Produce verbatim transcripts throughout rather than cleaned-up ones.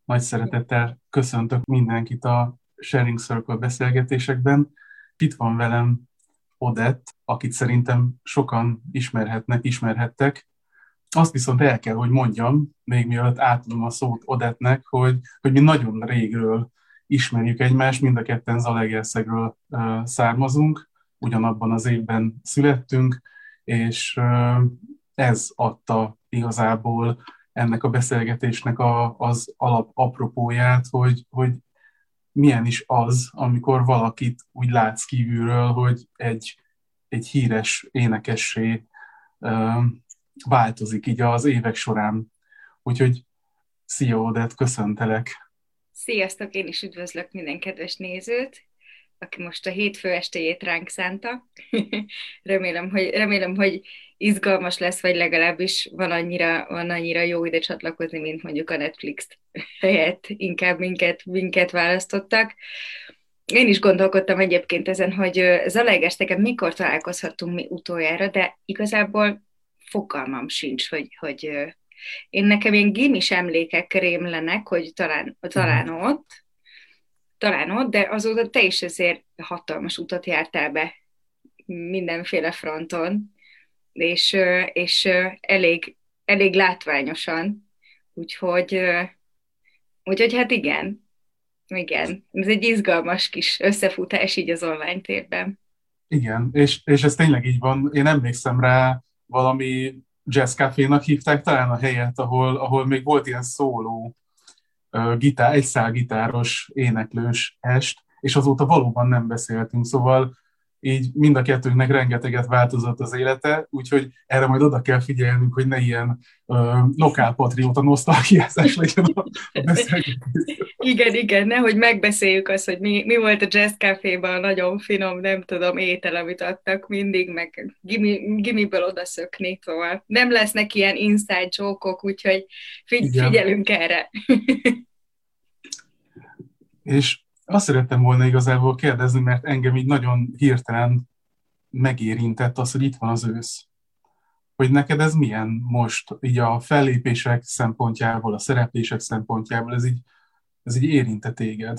Nagy szeretettel köszöntök mindenkit a Sharing Circle beszélgetésekben. Itt van velem Odett, akit szerintem sokan ismerhetnek, ismerhettek. Azt viszont el kell, hogy mondjam, még mielőtt átadom a szót Odettnek, hogy, hogy mi nagyon régről ismerjük egymást, mind a ketten Zalaegerszegről uh, származunk, ugyanabban az évben születtünk, és uh, ez adta igazából ennek a beszélgetésnek a, az alap apropóját, hogy, hogy milyen is az, amikor valakit úgy látsz kívülről, hogy egy, egy híres énekessé uh, változik így az évek során. Úgyhogy szia, Odett, köszöntelek. Sziasztok, én is üdvözlök minden kedves nézőt, aki most a hétfő estéjét ránk szánta. Remélem, hogy, remélem, hogy izgalmas lesz, vagy legalábbis van annyira, van annyira jó ide csatlakozni, mint mondjuk a Netflix helyett inkább minket, minket választottak. Én is gondolkodtam egyébként ezen, hogy Zalaegerszegen mikor találkozhattunk mi utoljára, de igazából fogalmam sincs, hogy, hogy én nekem ilyen gimis emlékek rémlenek, hogy talán, talán ott, talán ott, de azóta te is azért hatalmas utat jártál be mindenféle fronton, és, és elég, elég látványosan, úgyhogy, úgyhogy hát igen, igen, ez egy izgalmas kis összefutás így az online térben. Igen, és, és ez tényleg így van. Én emlékszem rá, valami jazz cafénak hívták talán a helyet, ahol, ahol még volt ilyen szóló uh, gitár, egy szál gitáros, éneklős est, és azóta valóban nem beszéltünk, szóval így mind a kettőnknek rengeteget változott az élete, úgyhogy erre majd oda kell figyelnünk, hogy ne ilyen uh, lokálpatrióta nosztalgiázás legyen a, a beszélgetés. Igen, igen, nehogy megbeszéljük azt, hogy mi, mi volt a Jazz Caféban a nagyon finom, nem tudom, étel, amit adtak mindig, meg gimi, gimiből odaszökni, szóval nem lesznek ilyen inside joke-ok, úgyhogy figy- Igen, figyelünk erre. és azt szerettem volna igazából kérdezni, mert engem így nagyon hirtelen megérintett az, hogy itt van az ősz. Hogy neked ez milyen most, így a fellépések szempontjából, a szereplések szempontjából, ez így, ez így érinte téged?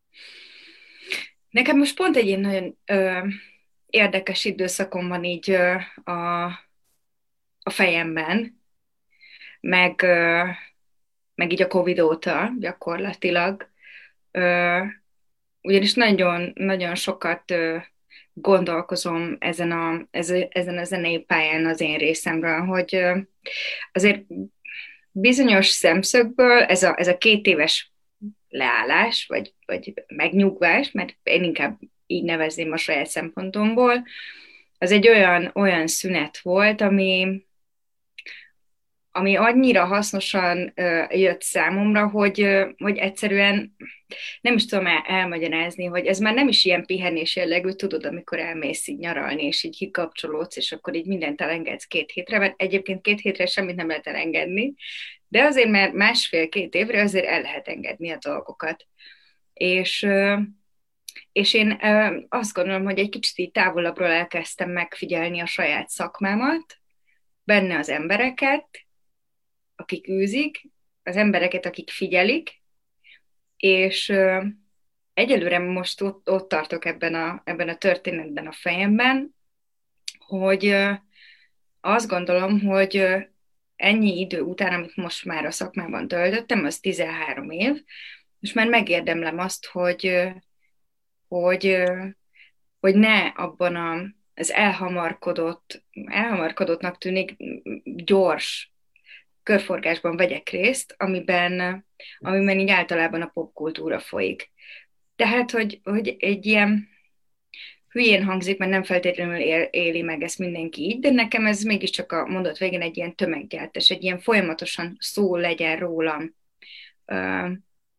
Nekem most pont egy ilyen nagyon ö, érdekes időszakom van így ö, a, a fejemben, meg, ö, meg így a Covid óta gyakorlatilag. Ö, Ugyanis nagyon, nagyon sokat ö, gondolkozom ezen a, ez, ezen a zenei pályán az én részemről, hogy ö, azért bizonyos szemszögből ez a, ez a két éves leállás, vagy, vagy megnyugvás, mert én inkább így nevezném a saját szempontomból, az egy olyan, olyan szünet volt, ami, ami annyira hasznosan ö, jött számomra, hogy, ö, hogy egyszerűen nem is tudom el, elmagyarázni, hogy ez már nem is ilyen pihenés jellegű, tudod, amikor elmész így nyaralni, és így kikapcsolódsz, és akkor így mindent elengedsz két hétre, mert egyébként két hétre semmit nem lehet elengedni, de azért már másfél-két évre azért el lehet engedni a dolgokat. És, ö, és én ö, azt gondolom, hogy egy kicsit így távolabbról elkezdtem megfigyelni a saját szakmámat, benne az embereket, akik űzik, az embereket, akik figyelik, és ö, egyelőre most ott, ott tartok ebben a, ebben a történetben a fejemben, hogy ö, azt gondolom, hogy ö, ennyi idő után, amit most már a szakmában töltöttem, az tizenhárom év, és már megérdemlem azt, hogy, ö, hogy, ö, hogy ne abban a, az elhamarkodott, elhamarkodottnak tűnik gyors körforgásban vegyek részt, amiben, amiben így általában a popkultúra folyik. Tehát, hogy, hogy egy ilyen hülyén hangzik, mert nem feltétlenül él, éli meg ezt mindenki így, de nekem ez mégiscsak a mondat végén egy ilyen tömeggyártás, egy ilyen folyamatosan szó legyen rólam, ö,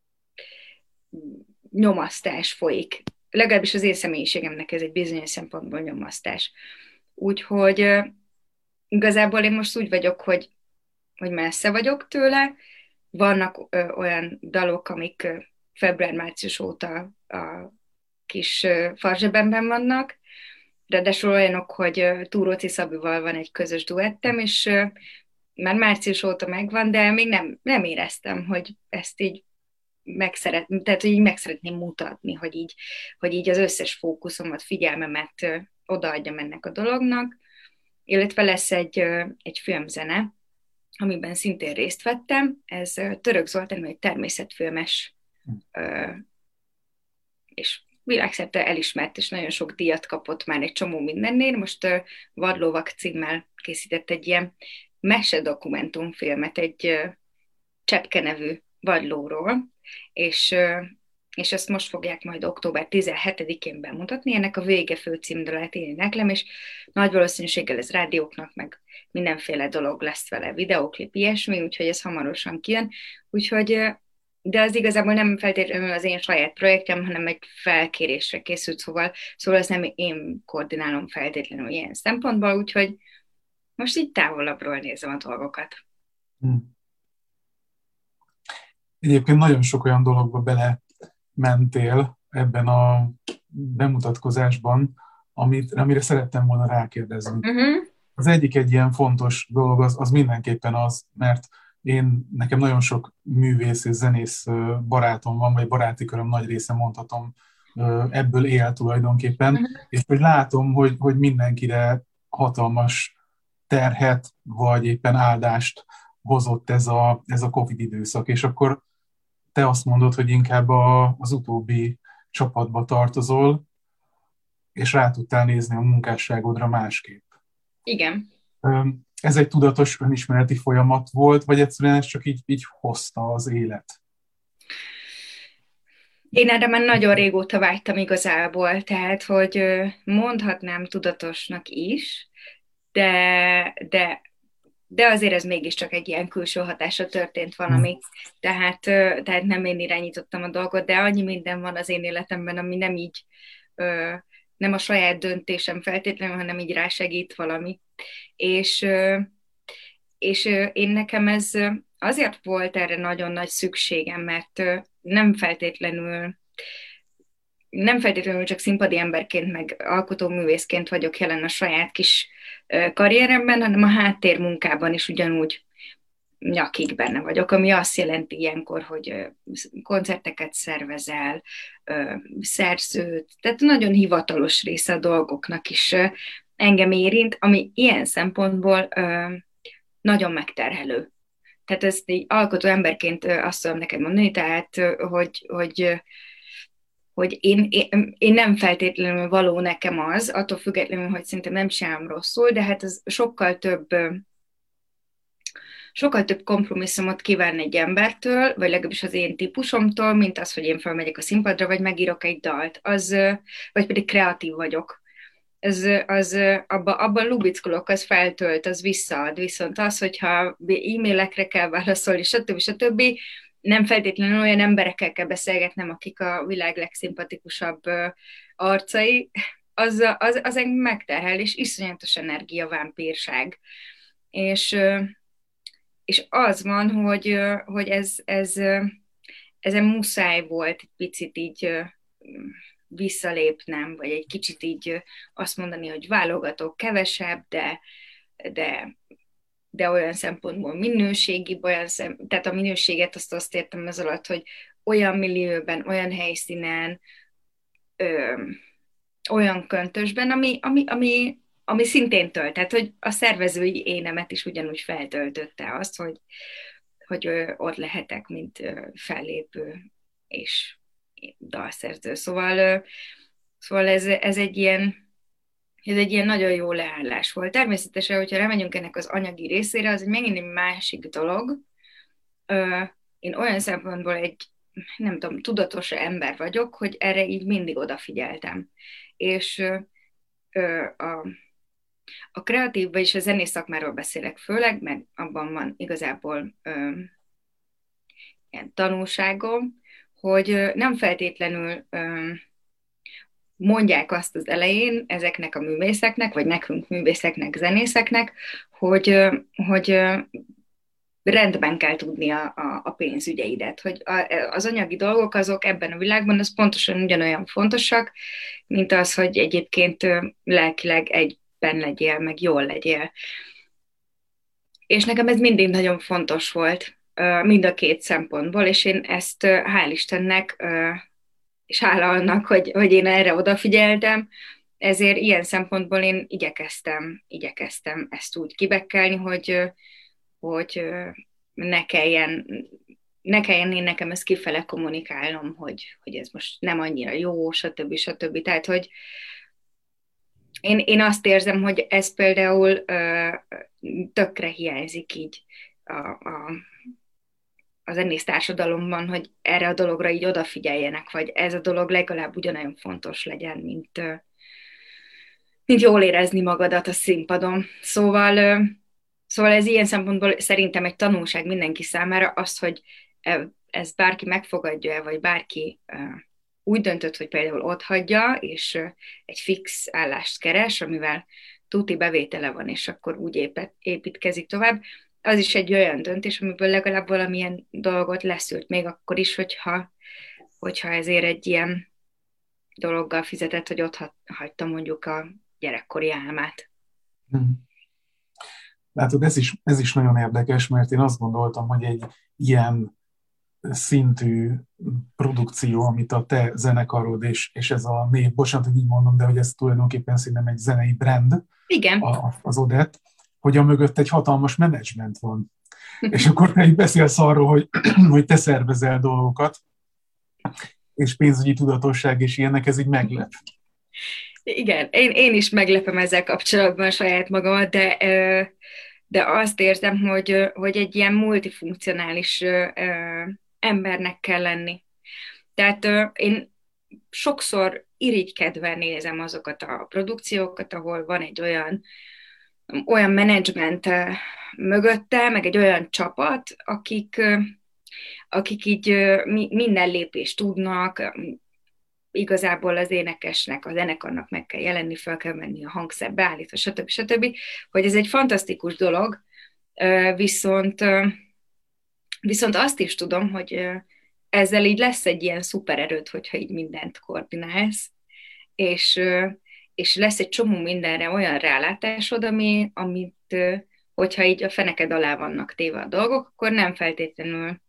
nyomasztás folyik. Legalábbis az én személyiségemnek ez egy bizonyos szempontból nyomasztás. Úgyhogy ö, igazából én most úgy vagyok, hogy, hogy messze vagyok tőle, vannak ö, olyan dalok, amik ö, február-március óta a kis ö, farzsebemben vannak, ráadásul olyanok, hogy ö, Túróci Szabival van egy közös duettem, és ö, már március óta megvan, de még nem, nem éreztem, hogy ezt így meg szeret, tehát, hogy így meg szeretném mutatni, hogy így, hogy így az összes fókuszomat, figyelmemet odaadjam ennek a dolognak, illetve lesz egy, egy filmzene, amiben szintén részt vettem. Ez Török Zoltán, egy természetfilmes, és világszerte elismert, és nagyon sok díjat kapott már egy csomó mindennél. Most Vadlovak címmel készített egy ilyen mesedokumentumfilmet egy Csepke nevű vadlóról, és, és ezt most fogják majd október tizenhetedikén bemutatni. Ennek a Vége főcímdalát én éneklem, és nagy valószínűséggel ez rádióknak, meg mindenféle dolog lesz vele, videóklip, ilyesmi, úgyhogy ez hamarosan kijön. Úgyhogy, de az igazából nem feltétlenül az én saját projektem, hanem egy felkérésre készült, szóval, szóval ezt nem én koordinálom feltétlenül ilyen szempontból, úgyhogy most így távolabbról nézem a dolgokat. Hmm. Egyébként nagyon sok olyan dologba bele mentél ebben a bemutatkozásban, amit, amire szerettem volna rákérdezni. Uh-huh. Az egyik egy ilyen fontos dolog, az, az mindenképpen az, mert én, nekem nagyon sok művész és zenész barátom van, vagy baráti köröm nagy része, mondhatom, ebből él tulajdonképpen, uh-huh. és hogy látom, hogy, hogy mindenkire hatalmas terhet, vagy éppen áldást hozott ez a, ez a Covid időszak, és akkor te azt mondod, hogy inkább a, az utóbbi csapatba tartozol, és rá tudtál nézni a munkásságodra másképp. Igen. Ez egy tudatos önismereti folyamat volt, vagy egyszerűen ez csak így, így hozta az élet? Én erre már nagyon régóta vágytam igazából, tehát, hogy mondhatnám tudatosnak is, de, de, de azért ez mégiscsak egy ilyen külső hatásra történt valami. Hmm. Tehát, tehát nem én irányítottam a dolgot, de annyi minden van az én életemben, ami nem így, nem a saját döntésem feltétlenül, hanem így rásegít valami. És, és én nekem ez azért volt erre nagyon nagy szükségem, mert nem feltétlenül nem feltétlenül csak színpadi emberként, meg alkotóművészként vagyok jelen a saját kis karrieremben, hanem a háttérmunkában is ugyanúgy nyakig benne vagyok, ami azt jelenti ilyenkor, hogy koncerteket szervezel, szerzőt, tehát nagyon hivatalos része a dolgoknak is engem érint, ami ilyen szempontból nagyon megterhelő. Tehát ezt így alkotó emberként azt tudom neked mondani, tehát, hogy, hogy, hogy én, én, én nem feltétlenül való nekem az, attól függetlenül, hogy szerintem nem csinálom rosszul, de hát ez sokkal több sokkal több kompromisszumot kíván egy embertől, vagy legalábbis az én típusomtól, mint az, hogy én felmegyek a színpadra, vagy megírok egy dalt, az, vagy pedig kreatív vagyok. Ez, az, abban abba lubickolok, az feltölt, az visszaad. Viszont az, hogyha e-mailekre kell válaszolni, stb. stb., nem feltétlenül olyan emberekkel kell beszélgetnem, akik a világ legszimpatikusabb arcai, az, az, az engem megterhel, és iszonyatos energiavámpírság. És, és az van, hogy, hogy ez, ez, ezen muszáj volt egy picit így visszalépnem, vagy egy kicsit így azt mondani, hogy válogatok kevesebb, de, de, de olyan szempontból minőségi, olyan szem, tehát a minőséget azt azt értem az alatt, hogy olyan millióben, olyan helyszínen, ö, olyan köntösben, ami, ami, ami, ami szintén tölt. Tehát, hogy a szervezői énemet is ugyanúgy feltöltötte azt, hogy, hogy ö, ott lehetek, mint ö, fellépő és dalszerző. Szóval, szóval ez, ez, egy ilyen, ez egy ilyen nagyon jó leállás volt. Természetesen, hogyha remegyünk ennek az anyagi részére, az egy megint egy másik dolog. Én olyan szempontból egy, nem tudom, tudatos ember vagyok, hogy erre így mindig odafigyeltem. És a, a kreatív, vagyis a zenész szakmáról beszélek főleg, mert abban van igazából ilyen tanulságom, hogy nem feltétlenül mondják azt az elején ezeknek a művészeknek, vagy nekünk művészeknek, zenészeknek, hogy, hogy rendben kell tudni a, a, a pénzügyeidet, hogy a, az anyagi dolgok azok ebben a világban az pontosan ugyanolyan fontosak, mint az, hogy egyébként lelkileg egyben legyél, meg jól legyél. És nekem ez mindig nagyon fontos volt. mind a két szempontból, és én ezt hál' Istennek, és hála annak, hogy, hogy én erre odafigyeltem, ezért ilyen szempontból én igyekeztem, igyekeztem ezt úgy kibekkelni, hogy, hogy ne kelljen, ne kelljen én nekem ezt kifele kommunikálnom, hogy, hogy ez most nem annyira jó, stb. stb. Tehát, hogy én, én azt érzem, hogy ez például tökre hiányzik így a, a, a zenész társadalomban, hogy erre a dologra így odafigyeljenek, vagy ez a dolog legalább ugyanolyan fontos legyen, mint, mint jól érezni magadat a színpadon. Szóval, szóval ez ilyen szempontból szerintem egy tanulság mindenki számára, az, hogy ezt bárki megfogadja, vagy bárki úgy döntött, hogy például ott hagyja, és egy fix állást keres, amivel tuti bevétele van, és akkor úgy épet, építkezik tovább, az is egy olyan döntés, amiből legalább valamilyen dolgot leszűrt, még akkor is, hogyha, hogyha ezért egy ilyen dologgal fizetett, hogy ott hagyta mondjuk a gyerekkori álmát. Hmm. Látod, ez is, ez is nagyon érdekes, mert én azt gondoltam, hogy egy ilyen szintű produkció, amit a te zenekarod, és, és ez a név, bocsánat, hogy így mondom, de hogy ez tulajdonképpen szerintem egy zenei brand, Igen. A, az Odette, hogy a mögött egy hatalmas menedzsment van. És akkor te így beszélsz arról, hogy, hogy te szervezel dolgokat, és pénzügyi tudatosság, és ilyenek, ez így meglep. Igen, én, én is meglepem ezzel kapcsolatban saját magamat, de, de azt érzem, hogy, hogy egy ilyen multifunkcionális embernek kell lenni. Tehát én sokszor irigykedve nézem azokat a produkciókat, ahol van egy olyan, olyan menedzsment mögötte, meg egy olyan csapat, akik, akik így minden lépést tudnak, igazából az énekesnek, a zenekarnak meg kell jelenni, fel kell menni a hangszer, beállítva, stb. stb., hogy ez egy fantasztikus dolog, viszont, viszont azt is tudom, hogy ezzel így lesz egy ilyen szupererőd, hogyha így mindent koordinálsz, és, és lesz egy csomó mindenre olyan rálátásod, ami, amit, hogyha így a feneked alá vannak téve a dolgok, akkor nem feltétlenül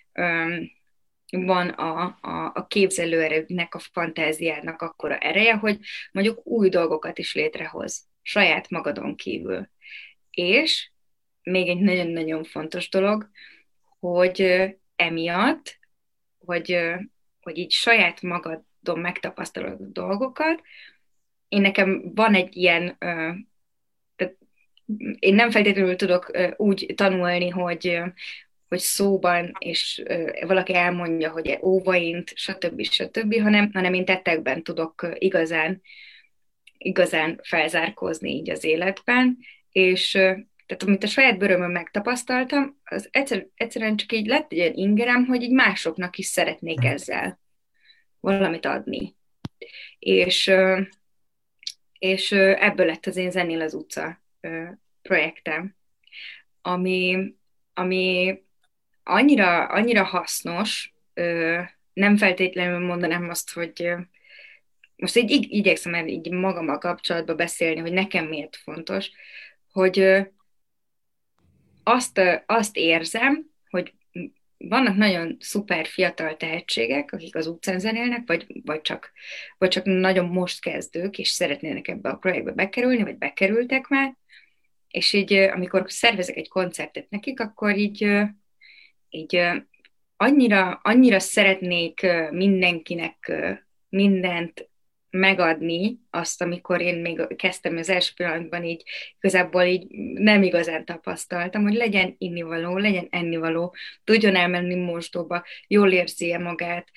van a, a, a képzelőerőnek, a fantáziádnak akkora ereje, hogy mondjuk új dolgokat is létrehoz, saját magadon kívül. És még egy nagyon-nagyon fontos dolog, hogy emiatt, hogy, hogy így saját magadon megtapasztalod dolgokat, én nekem van egy ilyen, tehát én nem feltétlenül tudok úgy tanulni, hogy, hogy szóban, és valaki elmondja, hogy óvaint, stb. stb., hanem, hanem én tettekben tudok igazán, igazán felzárkózni így az életben, és tehát amit a saját bőrömön megtapasztaltam, az egyszer, egyszerűen csak így lett egy ilyen ingerem, hogy így másoknak is szeretnék ezzel valamit adni. És, és ebből lett az én Zenél az utca projektem, ami, ami annyira, annyira hasznos, nem feltétlenül mondanám azt, hogy most így igyekszem el így magammal kapcsolatban beszélni, hogy nekem miért fontos, hogy azt, azt érzem, hogy vannak nagyon szuper fiatal tehetségek, akik az utcán zenélnek, vagy, vagy, csak, vagy csak nagyon most kezdők, és szeretnének ebbe a projektbe bekerülni, vagy bekerültek már, és így amikor szervezek egy koncertet nekik, akkor így, így annyira, annyira szeretnék mindenkinek mindent megadni, azt, amikor én még kezdtem az első pillanatban, így igazából így nem igazán tapasztaltam, hogy legyen innivaló, legyen ennivaló, tudjon elmenni mosdóba, jól érzi magát.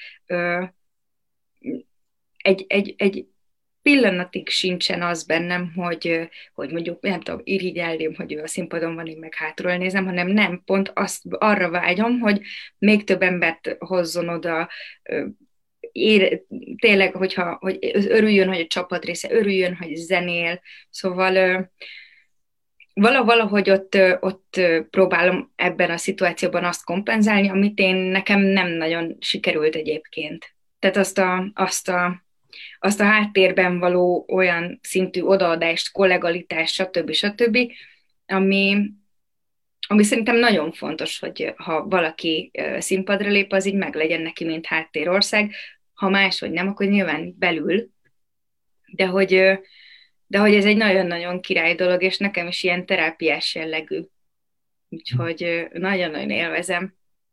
Egy, egy, egy pillanatig sincsen az bennem, hogy, hogy mondjuk, nem tudom, irigyelném, hogy ő a színpadon van, én meg hátulról nézem, hanem nem, pont azt, arra vágyom, hogy még több embert hozzon oda, ér, tényleg, hogyha, hogy örüljön, hogy a csapat része, örüljön, hogy zenél, szóval valahogy ott, ott próbálom ebben a szituációban azt kompenzálni, amit én nekem nem nagyon sikerült egyébként. Tehát azt a, azt a azt a háttérben való olyan szintű odaadást, kollegalitást, stb. stb., ami, ami szerintem nagyon fontos, hogy ha valaki színpadra lép, az így meglegyen neki, mint háttérország, ha máshogy nem, akkor nyilván belül, de hogy, de hogy ez egy nagyon-nagyon király dolog, és nekem is ilyen terápiás jellegű. Úgyhogy nagyon-nagyon élvezem.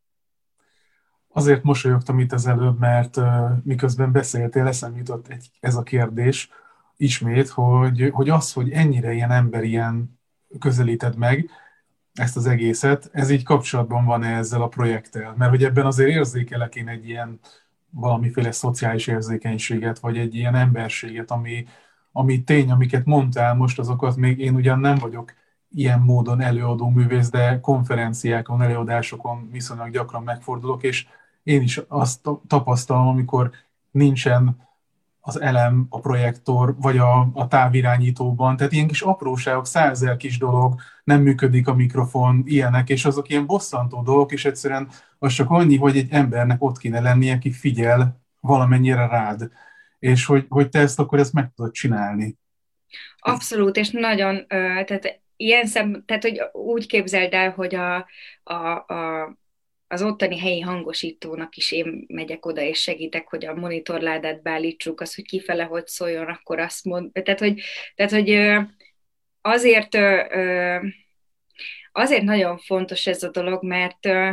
Azért mosolyogtam itt az előbb, mert uh, miközben beszéltél, eszembe jutott egy, ez a kérdés ismét, hogy, hogy az, hogy ennyire ilyen ember ilyen közelíted meg ezt az egészet, ez így kapcsolatban van -e ezzel a projekttel? Mert hogy ebben azért érzékelek én egy ilyen valamiféle szociális érzékenységet, vagy egy ilyen emberséget, ami, ami tény, amiket mondtál most, azokat még én ugyan nem vagyok ilyen módon előadó művész, de konferenciákon, előadásokon viszonylag gyakran megfordulok, és én is azt tapasztalom, amikor nincsen az elem, a projektor, vagy a, a távirányítóban. Tehát ilyen kis apróságok, százezer kis dolog, nem működik a mikrofon, ilyenek, és azok ilyen bosszantó dolgok, és egyszerűen az csak annyi, hogy egy embernek ott kéne lennie, aki figyel valamennyire rád. És hogy, hogy te ezt akkor ezt meg tudod csinálni. Abszolút, és nagyon, ö, tehát ilyen szem, tehát hogy úgy képzeld el, hogy a, a, a, az ottani helyi hangosítónak is én megyek oda, és segítek, hogy a monitorládát beállítsuk, az, hogy kifele hogy szóljon, akkor azt mond, tehát hogy, tehát, hogy ö, azért, ö, ö, azért nagyon fontos ez a dolog, mert, ö,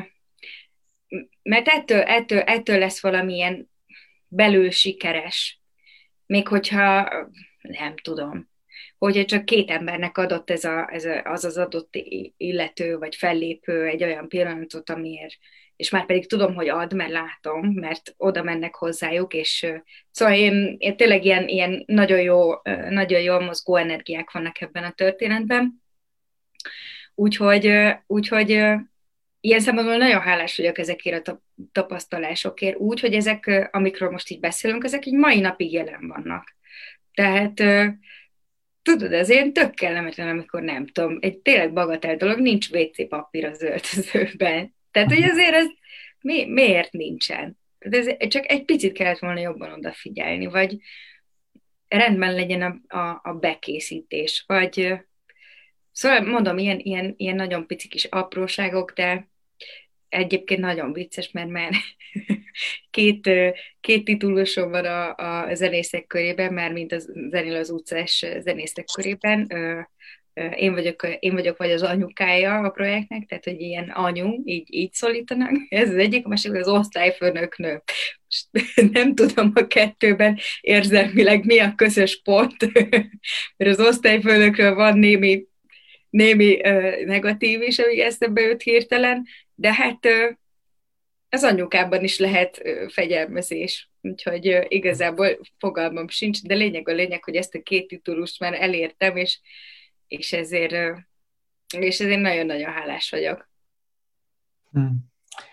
mert ettől, ettől, ettől lesz valamilyen belül sikeres. Még hogyha nem tudom, hogyha csak két embernek adott ez, a, ez a, az az adott illető vagy fellépő egy olyan pillanatot, amiért, és már pedig tudom, hogy ad, mert látom, mert oda mennek hozzájuk, és szóval én, én tényleg ilyen, ilyen nagyon jó, nagyon jól mozgó energiák vannak ebben a történetben. Úgyhogy, úgyhogy ilyen szempontból nagyon hálás vagyok ezekért a tapasztalásokért, úgy, hogy ezek, amikről most így beszélünk, ezek így mai napig jelen vannak. Tehát tudod, ez ilyen tök kellemetlen, amikor nem tudom, egy tényleg bagatel dolog, nincs vé cé papír az öltözőben. Tehát, hogy azért ez mi, miért nincsen? De ez csak egy picit kellett volna jobban odafigyelni, vagy rendben legyen a, a, a bekészítés, vagy szóval mondom, ilyen, ilyen, ilyen nagyon pici kis apróságok, de egyébként nagyon vicces, mert már két, két titulusom van a, a zenészek körében, már mint a Zenél az utcás zenészek körében. Én vagyok, én vagyok vagy az anyukája a projektnek, tehát hogy ilyen anyu, így, így szólítanak. Ez az egyik, a másik az osztályfőnöknő. Nem tudom a kettőben érzelmileg mi a közös pont, mert az osztályfőnökről van némi, némi negatív is, ami eszembe jut hirtelen, de hát az anyukában is lehet fegyelmezés, úgyhogy igazából fogalmam sincs, de lényeg a lényeg, hogy ezt a két titulust már elértem, és, és ezért és ezért nagyon-nagyon hálás vagyok. Hmm.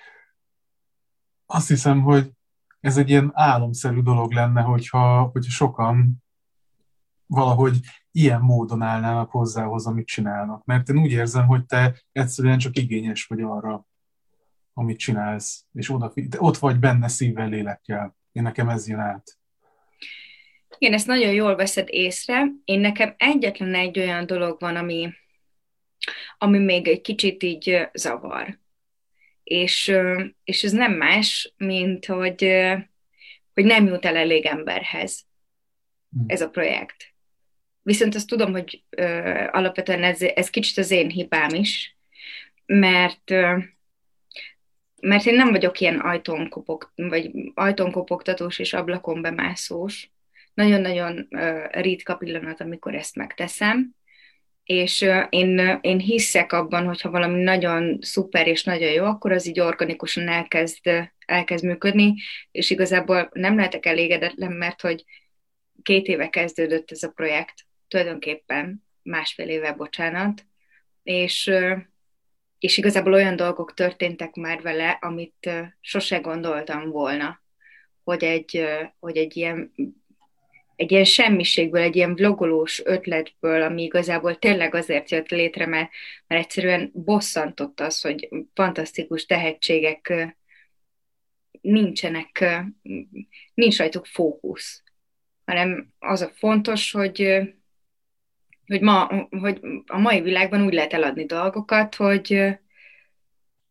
Azt hiszem, hogy ez egy ilyen álomszerű dolog lenne, hogyha, hogyha sokan valahogy ilyen módon állnának hozzához, amit csinálnak. Mert én úgy érzem, hogy te egyszerűen csak igényes vagy arra, amit csinálsz, és oda, ott vagy benne szívvel, lélekkel. Én nekem ez jön át. Igen, ezt nagyon jól veszed észre. Én nekem egyetlen egy olyan dolog van, ami, ami még egy kicsit így zavar. És, és ez nem más, mint hogy, hogy nem jut el elég emberhez ez a projekt. Viszont azt tudom, hogy ö, alapvetően ez, ez kicsit az én hibám is, mert, ö, mert én nem vagyok ilyen ajtónkopog, vagy ajtónkopogtatós és ablakon bemászós. Nagyon-nagyon ö, ritka pillanat, amikor ezt megteszem, és ö, én, én hiszek abban, hogyha valami nagyon szuper és nagyon jó, akkor az így organikusan elkezd, elkezd működni, és igazából nem lehetek elégedetlen, mert hogy két éve kezdődött ez a projekt, tulajdonképpen másfél éve, bocsánat, és, és igazából olyan dolgok történtek már vele, amit sose gondoltam volna, hogy egy, hogy egy ilyen egy ilyen semmiségből, egy ilyen vlogolós ötletből, ami igazából tényleg azért jött létre, mert, mert egyszerűen bosszantott az, hogy fantasztikus tehetségek nincsenek, nincs rajtuk fókusz, hanem az a fontos, hogy hogy, ma, hogy a mai világban úgy lehet eladni dolgokat, hogy,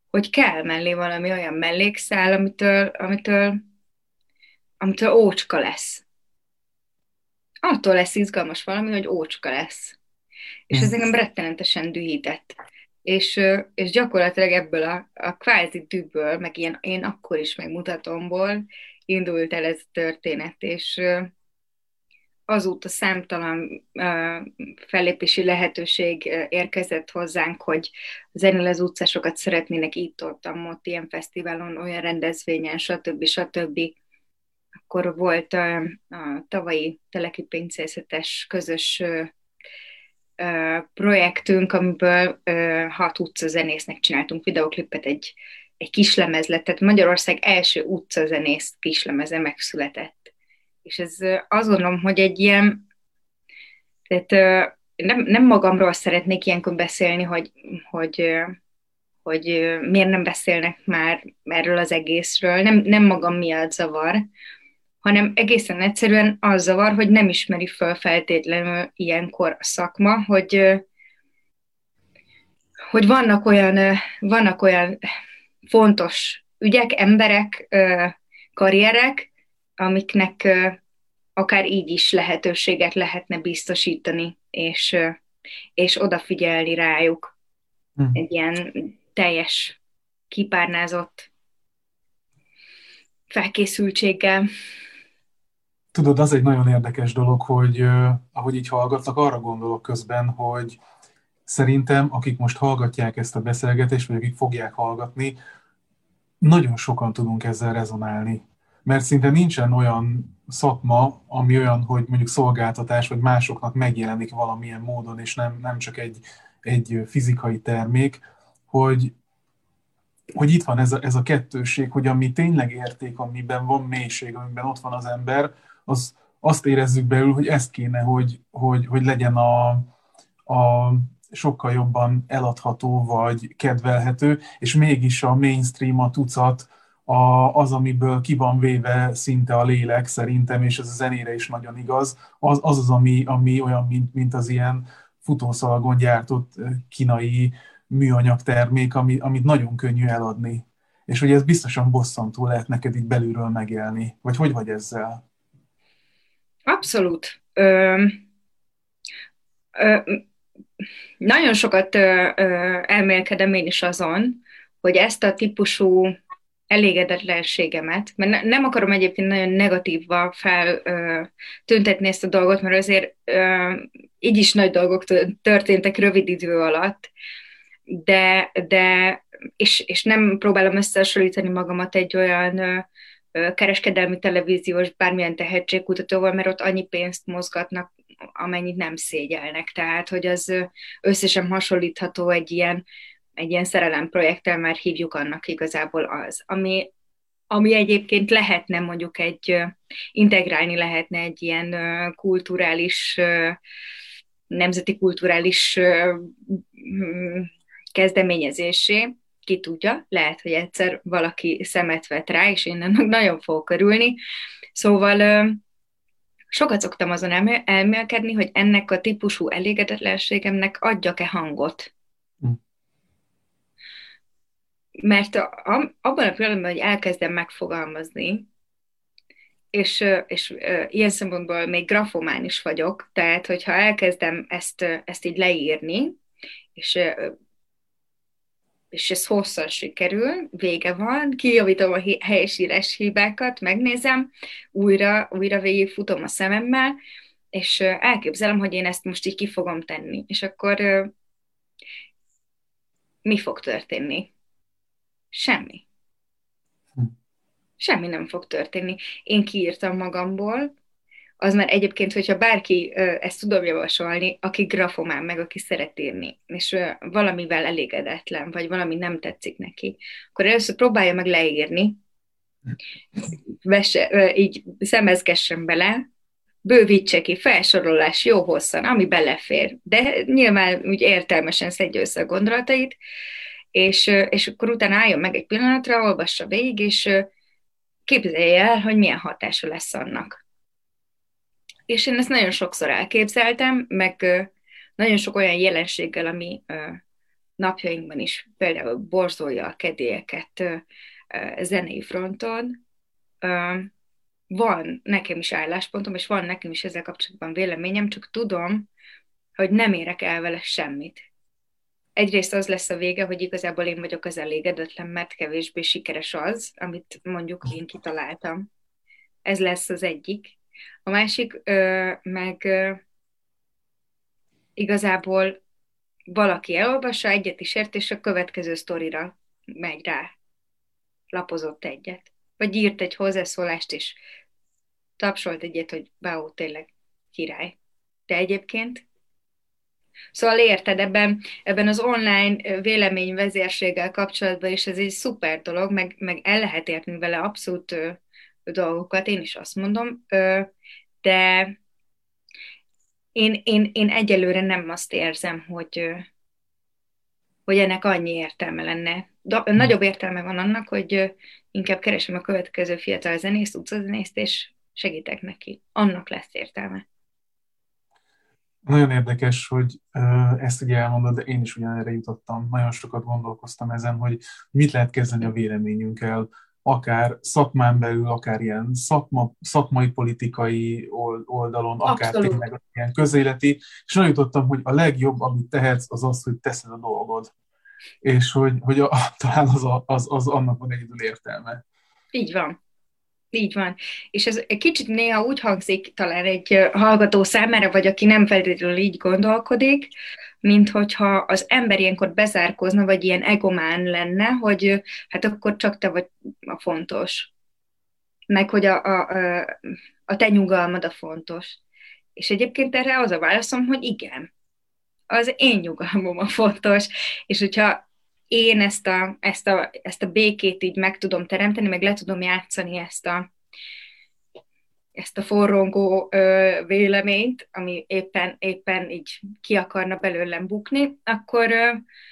hogy kell mellé valami olyan mellékszál, amitől, amitől, amitől ócska lesz. Attól lesz izgalmas valami, hogy ócska lesz. És ez Hm. engem rettenetesen dühített. És, ö, és gyakorlatilag ebből a, a kvázi dühből, meg ilyen én akkor is megmutatomból indult el ez a történet, és ö, azóta számtalan ö, fellépési lehetőség ö, érkezett hozzánk, hogy zenél az utcásokat szeretnének itt-ott, ott, ilyen fesztiválon, olyan rendezvényen, stb. stb. Akkor volt a, a tavalyi telekippincészetes közös ö, ö, projektünk, amiből ö, hat utcazenésznek csináltunk videoklipet, egy, egy kislemez lett, tehát Magyarország első utcazenész kislemeze megszületett. És ez ö, azt gondolom, hogy egy ilyen, tehát ö, nem, nem magamról szeretnék ilyenkor beszélni, hogy, hogy, ö, hogy ö, miért nem beszélnek már erről az egészről, nem, nem magam miatt zavar, hanem egészen egyszerűen az zavar, hogy nem ismeri föl feltétlenül ilyenkor a szakma, hogy, hogy vannak olyan, vannak olyan fontos ügyek, emberek, karrierek, amiknek akár így is lehetőséget lehetne biztosítani, és, és odafigyelni rájuk Hm. egy ilyen teljes, kipárnázott felkészültséggel. Tudod, az egy nagyon érdekes dolog, hogy uh, ahogy így hallgatlak, arra gondolok közben, hogy szerintem, akik most hallgatják ezt a beszélgetést, vagy akik fogják hallgatni, nagyon sokan tudunk ezzel rezonálni. Mert szinte nincsen olyan szakma, ami olyan, hogy mondjuk szolgáltatás, vagy másoknak megjelenik valamilyen módon, és nem, nem csak egy, egy fizikai termék, hogy, hogy itt van ez a, ez a kettősség, hogy ami tényleg érték, amiben van mélység, amiben ott van az ember, az azt érezzük belül, hogy ezt kéne, hogy, hogy, hogy legyen a, a sokkal jobban eladható vagy kedvelhető, és mégis a mainstream, a tucat, a, az, amiből ki van véve szinte a lélek szerintem, és ez a zenére is nagyon igaz, az az, az ami, ami olyan, mint, mint az ilyen futószalagon gyártott kínai műanyag termék, ami, amit nagyon könnyű eladni. És hogy ez biztosan bosszantó lehet neked itt belülről megélni. Vagy hogy vagy ezzel? Abszolút. Ö, ö, Nagyon sokat ö, ö, elmélkedem én is azon, hogy ezt a típusú elégedetlenségemet, mert ne, nem akarom egyébként nagyon negatívva feltüntetni ezt a dolgot, mert azért ö, így is nagy dolgok történtek rövid idő alatt, de, de és, és nem próbálom összehasonlítani magamat egy olyan ö, ö, kereskedelmi televíziós bármilyen tehetségkutatóval, mert ott annyi pénzt mozgatnak, amennyit nem szégyelnek. Tehát, hogy az ö, össze sem hasonlítható egy ilyen, egy ilyen szerelemprojekttel, már hívjuk annak igazából az. Ami, ami egyébként lehetne mondjuk egy, ö, integrálni lehetne egy ilyen ö, kulturális, ö, nemzeti kulturális ö, mm, kezdeményezésé, ki tudja, lehet, hogy egyszer valaki szemet vet rá, és én ennek nagyon fogok örülni. Szóval ö, sokat szoktam azon elmé- elmélkedni, hogy ennek a típusú elégedetlenségemnek adjak-e hangot. Hm. Mert a, a, abban a pillanatban, hogy elkezdem megfogalmazni, és, ö, és ö, ilyen szempontból még grafomán is vagyok, tehát hogyha elkezdem ezt, ö, ezt így leírni, és ö, és ez hosszan sikerül, vége van, kijavítom a hi- helyesírás hibákat, megnézem, újra, újra végigfutom a szememmel, és ö, elképzelem, hogy én ezt most így ki fogom tenni. És akkor ö, mi fog történni? Semmi. Hm. Semmi nem fog történni. Én kiírtam magamból, az már egyébként, hogyha bárki, ö, ezt tudom javasolni, aki grafomán, meg aki szeret írni, és ö, valamivel elégedetlen, vagy valami nem tetszik neki, akkor először próbálja meg leírni, vesse, ö, így szemezgessen bele, bővítse ki, felsorolás jó hosszan, ami belefér, de nyilván úgy értelmesen szedje össze a gondolatait, és, ö, és akkor utána álljon meg egy pillanatra, olvassa végig, és ö, képzelje el, hogy milyen hatása lesz annak. És én ezt nagyon sokszor elképzeltem, meg ö, nagyon sok olyan jelenséggel, ami, ö, napjainkban is például borzolja a kedélyeket ö, ö, zenei fronton. Ö, Van nekem is álláspontom, és van nekem is ezzel kapcsolatban véleményem, csak tudom, hogy nem érek el vele semmit. Egyrészt az lesz a vége, hogy igazából én vagyok az elégedetlen, mert kevésbé sikeres az, amit mondjuk én kitaláltam. Ez lesz az egyik. A másik, ö, meg ö, igazából valaki elolvassa, egyet is ért, és a következő sztorira megy rá, lapozott egyet. Vagy írt egy hozzászólást, és tapsolt egyet, hogy wow, tényleg király. De egyébként szóval érted, ebben, ebben az online véleményvezérséggel kapcsolatban is ez egy szuper dolog, meg, meg el lehet érteni vele abszolút ö, dolgokat, én is azt mondom, ö, de én, én, én egyelőre nem azt érzem, hogy, ö, hogy ennek annyi értelme lenne. Da, nagyobb értelme van annak, hogy ö, inkább keresem a következő fiatal zenészt, utcazenészt, és segítek neki. Annak lesz értelme. Nagyon érdekes, hogy ö, ezt ugye elmondod, de én is ugyanerre jutottam. Nagyon sokat gondolkoztam ezen, hogy mit lehet kezdeni a véleményünkkel, akár szakmán belül, akár ilyen szakma, szakmai, politikai oldalon, akár Abszolút. tényleg ilyen közéleti, és nagyon jutottam, hogy a legjobb, amit tehetsz, az az, hogy teszed a dolgod. És hogy, hogy a, talán az, a, az, az annak van egyedül értelme. Így van. Így van. És ez egy kicsit néha úgy hangzik talán egy ö, hallgató számára, vagy aki nem feltétlenül így gondolkodik, mint hogyha az ember ilyenkor bezárkozna, vagy ilyen egomán lenne, hogy ö, hát akkor csak te vagy a fontos. Meg hogy a, a, a, a te nyugalmad a fontos. És egyébként erre az a válaszom, hogy igen, az én nyugalmam a fontos. És hogyha én ezt a, ezt a, ezt a békét így meg tudom teremteni, meg le tudom játszani ezt a ezt a forrongó ö, véleményt, ami éppen, éppen így ki akarna belőlem bukni, akkor, ö,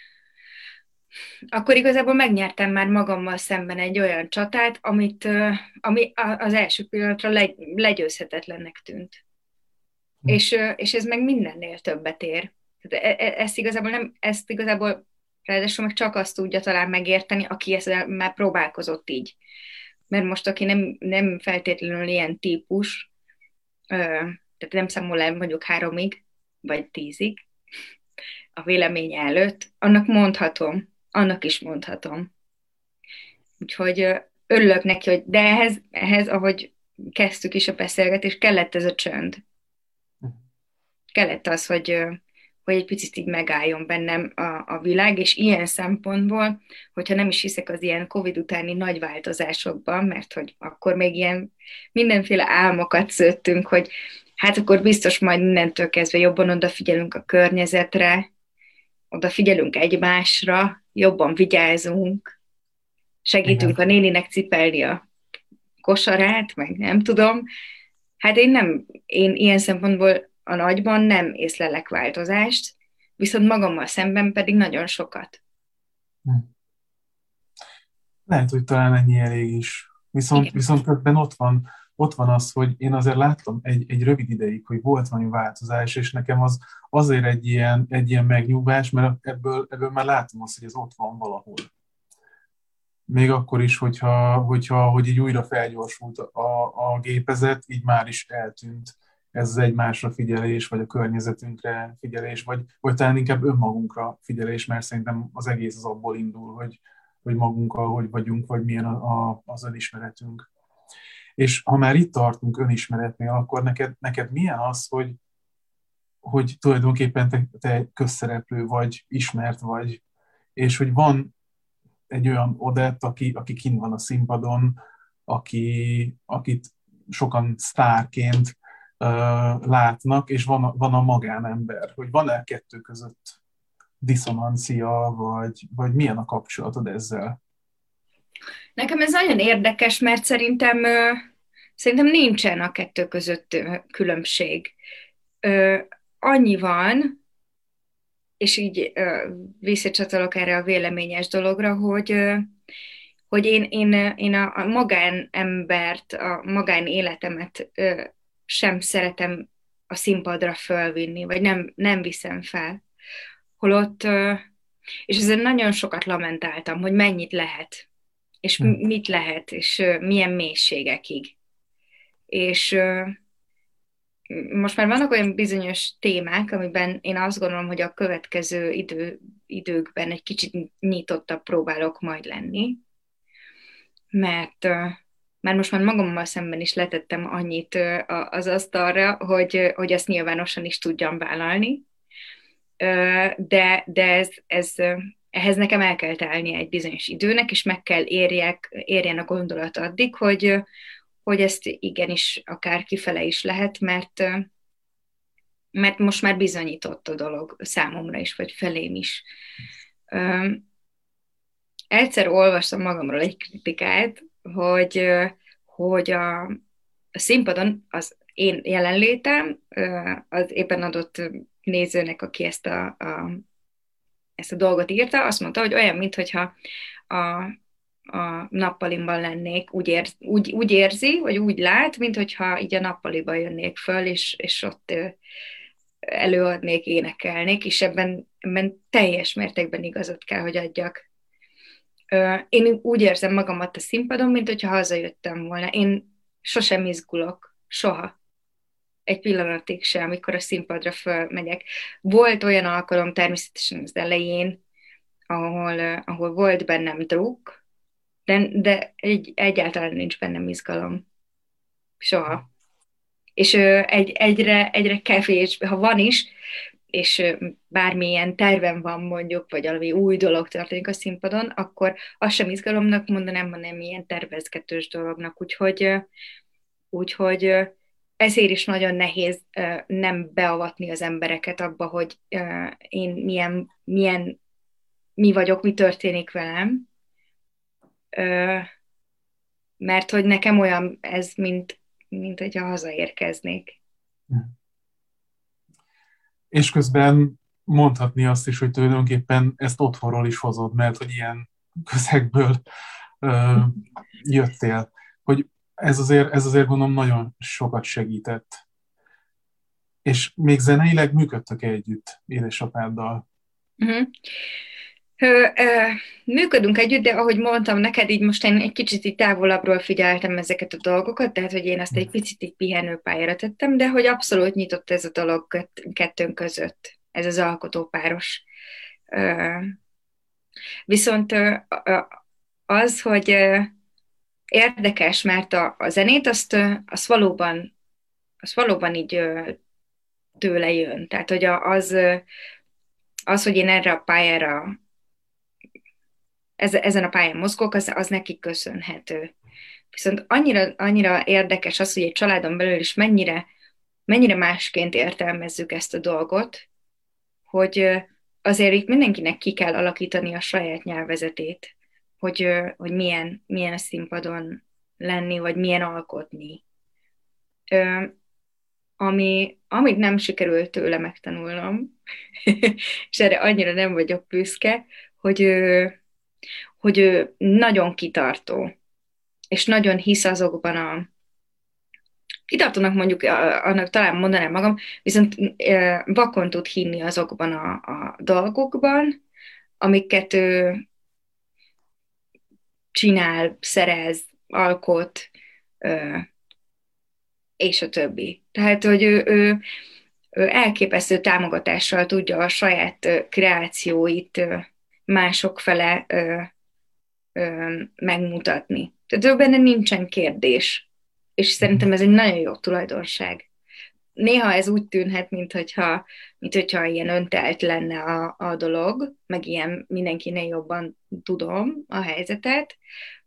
akkor igazából megnyertem már magammal szemben egy olyan csatát, amit, ö, ami a- az első pillanatra legy, legyőzhetetlennek tűnt. És, ö, és ez meg mindennél többet ér. Tehát e- e- ezt igazából nem, ezt igazából ráadásul meg csak azt tudja talán megérteni, aki ezzel már próbálkozott így. Mert most, aki nem, nem feltétlenül ilyen típus, ö, tehát nem számol el mondjuk háromig, vagy tízig a véleménye előtt, annak mondhatom, annak is mondhatom. Úgyhogy ö, örülök neki, hogy de ehhez, ehhez, ahogy kezdtük is a beszélgetést, kellett ez a csönd. Kellett az, hogy, ö, hogy egy picit így megálljon bennem a, a világ, és ilyen szempontból, hogyha nem is hiszek az ilyen Covid utáni nagy változásokban, mert hogy akkor még ilyen mindenféle álmokat szőttünk, hogy hát akkor biztos majd mindentől kezdve jobban odafigyelünk a környezetre, odafigyelünk egymásra, jobban vigyázunk, segítünk Igen. a néninek cipelni a kosarát, meg nem tudom. Hát én nem, én ilyen szempontból a nagyban nem észlelek változást, viszont magammal szemben pedig nagyon sokat. Lehet, hogy talán ennyi elég is. Viszont, Igen. viszont ebben ott van, ott van az, hogy én azért láttam egy, egy rövid ideig, hogy volt valami változás, és nekem az azért egy ilyen, egy ilyen megnyugvás, mert ebből, ebből már látom azt, hogy ez ott van valahol. Még akkor is, hogyha, hogyha hogy így újra felgyorsult a, a gépezet, így már is eltűnt ez az egymásra figyelés, vagy a környezetünkre figyelés, vagy, vagy talán inkább önmagunkra figyelés, mert szerintem az egész az abból indul, hogy, hogy magunkkal hogy vagyunk, vagy milyen a, a, az önismeretünk. És ha már itt tartunk önismeretnél, akkor neked, neked milyen az, hogy, hogy tulajdonképpen te, te közszereplő vagy, ismert vagy, és hogy van egy olyan Odett, aki, aki kint van a színpadon, aki, akit sokan sztárként uh, látnak, és van a, van a magánember, hogy van-e kettő között diszonancia, vagy, vagy milyen a kapcsolatod ezzel? Nekem ez nagyon érdekes, mert szerintem, ö, szerintem nincsen a kettő között ö, különbség. Ö, Annyi van, és így ö, visszacsatolok erre a véleményes dologra, hogy, ö, hogy én, én, én a, a magánembert, a magánéletemet ö, sem szeretem a színpadra fölvinni, vagy nem, nem viszem fel. Holott, ö, És ezen nagyon sokat lamentáltam, hogy mennyit lehet, és Hm. mit lehet, és ö, milyen mélységekig. És ö, most már vannak olyan bizonyos témák, amiben én azt gondolom, hogy a következő idő, időkben egy kicsit nyitottabb próbálok majd lenni, mert, ö, mert most már magammal szemben is letettem annyit ö, a- az asztalra, hogy, ö, hogy azt nyilvánosan is tudjam vállalni. Ö, de, de ez, ez, ö, ehhez nekem el kell telni egy bizonyos időnek, és meg kell érjek, érjen a gondolat addig, hogy, ö, hogy ezt igenis akár kifele is lehet, mert, ö, mert most már bizonyított a dolog számomra is, vagy felém is. Ö, Egyszer olvastam magamról egy kritikát, hogy, ö, hogy a, a színpadon az én jelenlétem ö, az éppen adott nézőnek, aki ezt a, a ezt a dolgot írta, azt mondta, hogy olyan, mintha a, a nappalimban lennék, úgy, ér, úgy, úgy érzi, vagy úgy lát, mintha így a nappaliban jönnék föl, és, és ott ö, előadnék, énekelnék, és ebben, ebben teljes mértékben igazat kell, hogy adjak. Ö, Én úgy érzem magamat a színpadon, mint hogyha hazajöttem volna. Én sosem izgulok, soha. Egy pillanatig sem, amikor a színpadra fölmegyek. Volt olyan alkalom természetesen az elején, ahol, uh, ahol volt bennem druk, de, de egy, egyáltalán nincs bennem izgalom. Soha. És uh, egy, egyre, egyre kevés, ha van is, és uh, bármilyen tervem van mondjuk, vagy valami új dolog történik a színpadon, akkor azt sem izgalomnak mondanám, hanem ilyen tervezgetős dolognak. Úgyhogy, uh, úgyhogy uh, ezért is nagyon nehéz uh, nem beavatni az embereket abba, hogy uh, én milyen, milyen, mi vagyok, mi történik velem, Ö, mert hogy nekem olyan ez, mint, mint hogyha hazaérkeznék. És közben mondhatni azt is, hogy tulajdonképpen ezt otthonról is hozod, mert hogy ilyen közegből ö, jöttél. Hogy ez azért, ez azért gondolom nagyon sokat segített. És még zeneileg működtök együtt édesapáddal. Uh-huh. Ö, ö, Működünk együtt, de ahogy mondtam neked, így most én egy kicsit így távolabbról figyeltem ezeket a dolgokat, tehát hogy én ezt egy picit így pihenőpályára tettem, de hogy abszolút nyitott ez a dolog kett- kettőnk között, ez az alkotópáros. Ö, Viszont ö, ö, az, hogy ö, érdekes, mert a, a zenét azt, ö, azt valóban, azt valóban így ö, tőle jön. Tehát, hogy a- az, ö, az, hogy én erre a pályára ez, ezen a pályán mozgok, az, az nekik köszönhető. Viszont annyira, annyira érdekes az, hogy egy családon belül is mennyire, mennyire másként értelmezzük ezt a dolgot, hogy azért itt mindenkinek ki kell alakítani a saját nyelvezetét, hogy, hogy milyen, milyen a színpadon lenni, vagy milyen alkotni. Ami, amit nem sikerült tőle megtanulnom, és erre annyira nem vagyok büszke, hogy ő, hogy ő nagyon kitartó, és nagyon hisz azokban a kitartónak mondjuk, annak talán mondanám magam, viszont vakon tud hinni azokban a, a dolgokban, amiket ő csinál, szerez, alkot, és a többi. Tehát, hogy ő, ő, ő elképesztő támogatással tudja a saját kreációit mások fele megmutatni. Tehát ő benne nincsen kérdés. És szerintem ez egy nagyon jó tulajdonság. Néha ez úgy tűnhet, mint hogyha, mint hogyha ilyen öntelt lenne a, a dolog, meg ilyen mindenkinél jobban tudom a helyzetet.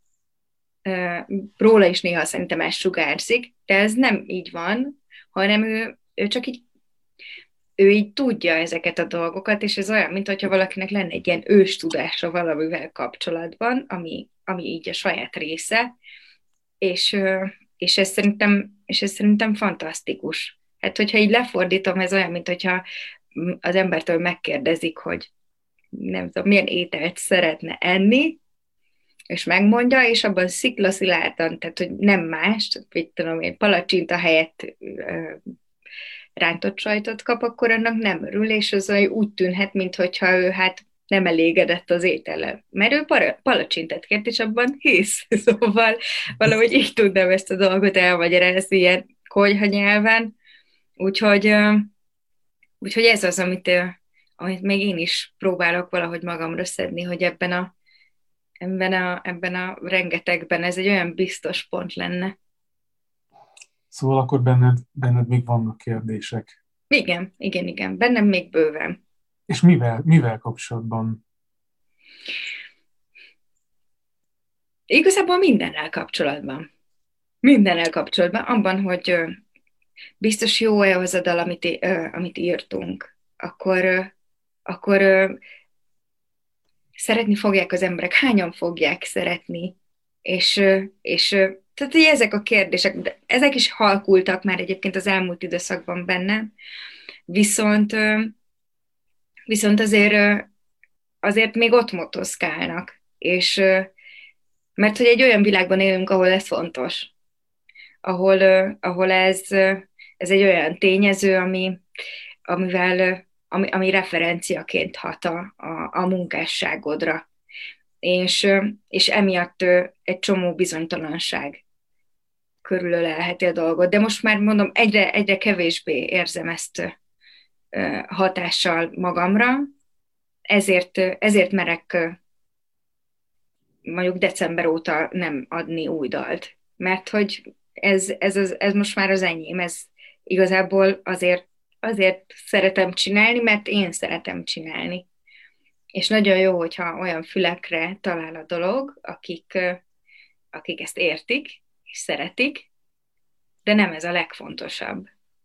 Róla is néha szerintem ez sugárzik, de ez nem így van, hanem ő, ő csak így ő így tudja ezeket a dolgokat, és ez olyan, mint hogyha valakinek lenne egy ilyen ős tudása valamivel kapcsolatban, ami, ami így a saját része, és, és, ez szerintem, és ez szerintem fantasztikus. Hát, hogyha így lefordítom, ez olyan, mint hogyha az embertől megkérdezik, hogy nem tudom, milyen ételt szeretne enni, és megmondja, és abban sziklaszilárdan, tehát, hogy nem más, mit tudom én, palacsinta helyett ö, rántott sajtot kap, akkor annak nem örül, és az úgy tűnhet, mintha ő hát nem elégedett az étellel, mert ő para- palacsintet kért, és abban hisz. Szóval valahogy így tudnám ezt a dolgot elmagyarázni ilyen konyha nyelven. Úgyhogy, ö, úgyhogy ez az, amit, ö, amit még én is próbálok valahogy magamra szedni, hogy ebben a, ebben a, ebben a rengetegben ez egy olyan biztos pont lenne. Szóval akkor benned, benned még vannak kérdések. Igen, igen, igen, bennem még bőven. És mivel, mivel kapcsolatban? Igazából mindennel kapcsolatban. Mindennel kapcsolatban, abban, hogy ö, biztos jó-e az a dal, amit, í- ö, amit írtunk, akkor, ö, akkor ö, szeretni fogják az emberek, hányan fogják szeretni, és, ö, és ö, tehát ugye ezek a kérdések, de ezek is halkultak már egyébként az elmúlt időszakban bennem, viszont, ö, viszont azért, ö, azért még ott motoszkálnak, és ö, mert hogy egy olyan világban élünk, ahol ez fontos, ahol, ö, ahol ez, ö, ez egy olyan tényező, ami, amivel, ö, ami, ami referenciaként hat a, a, a munkásságodra. És, ö, és emiatt ö, egy csomó bizonytalanság körülölelheti a dolgot. De most már mondom, egyre, egyre kevésbé érzem ezt ö, hatással magamra, ezért, ö, ezért merek ö, mondjuk december óta nem adni új dalt. Mert hogy ez, ez, az, ez most már az enyém, ez igazából azért, azért szeretem csinálni, mert én szeretem csinálni. És nagyon jó, hogyha olyan fülekre talál a dolog, akik, akik ezt értik, és szeretik, de nem ez a legfontosabb.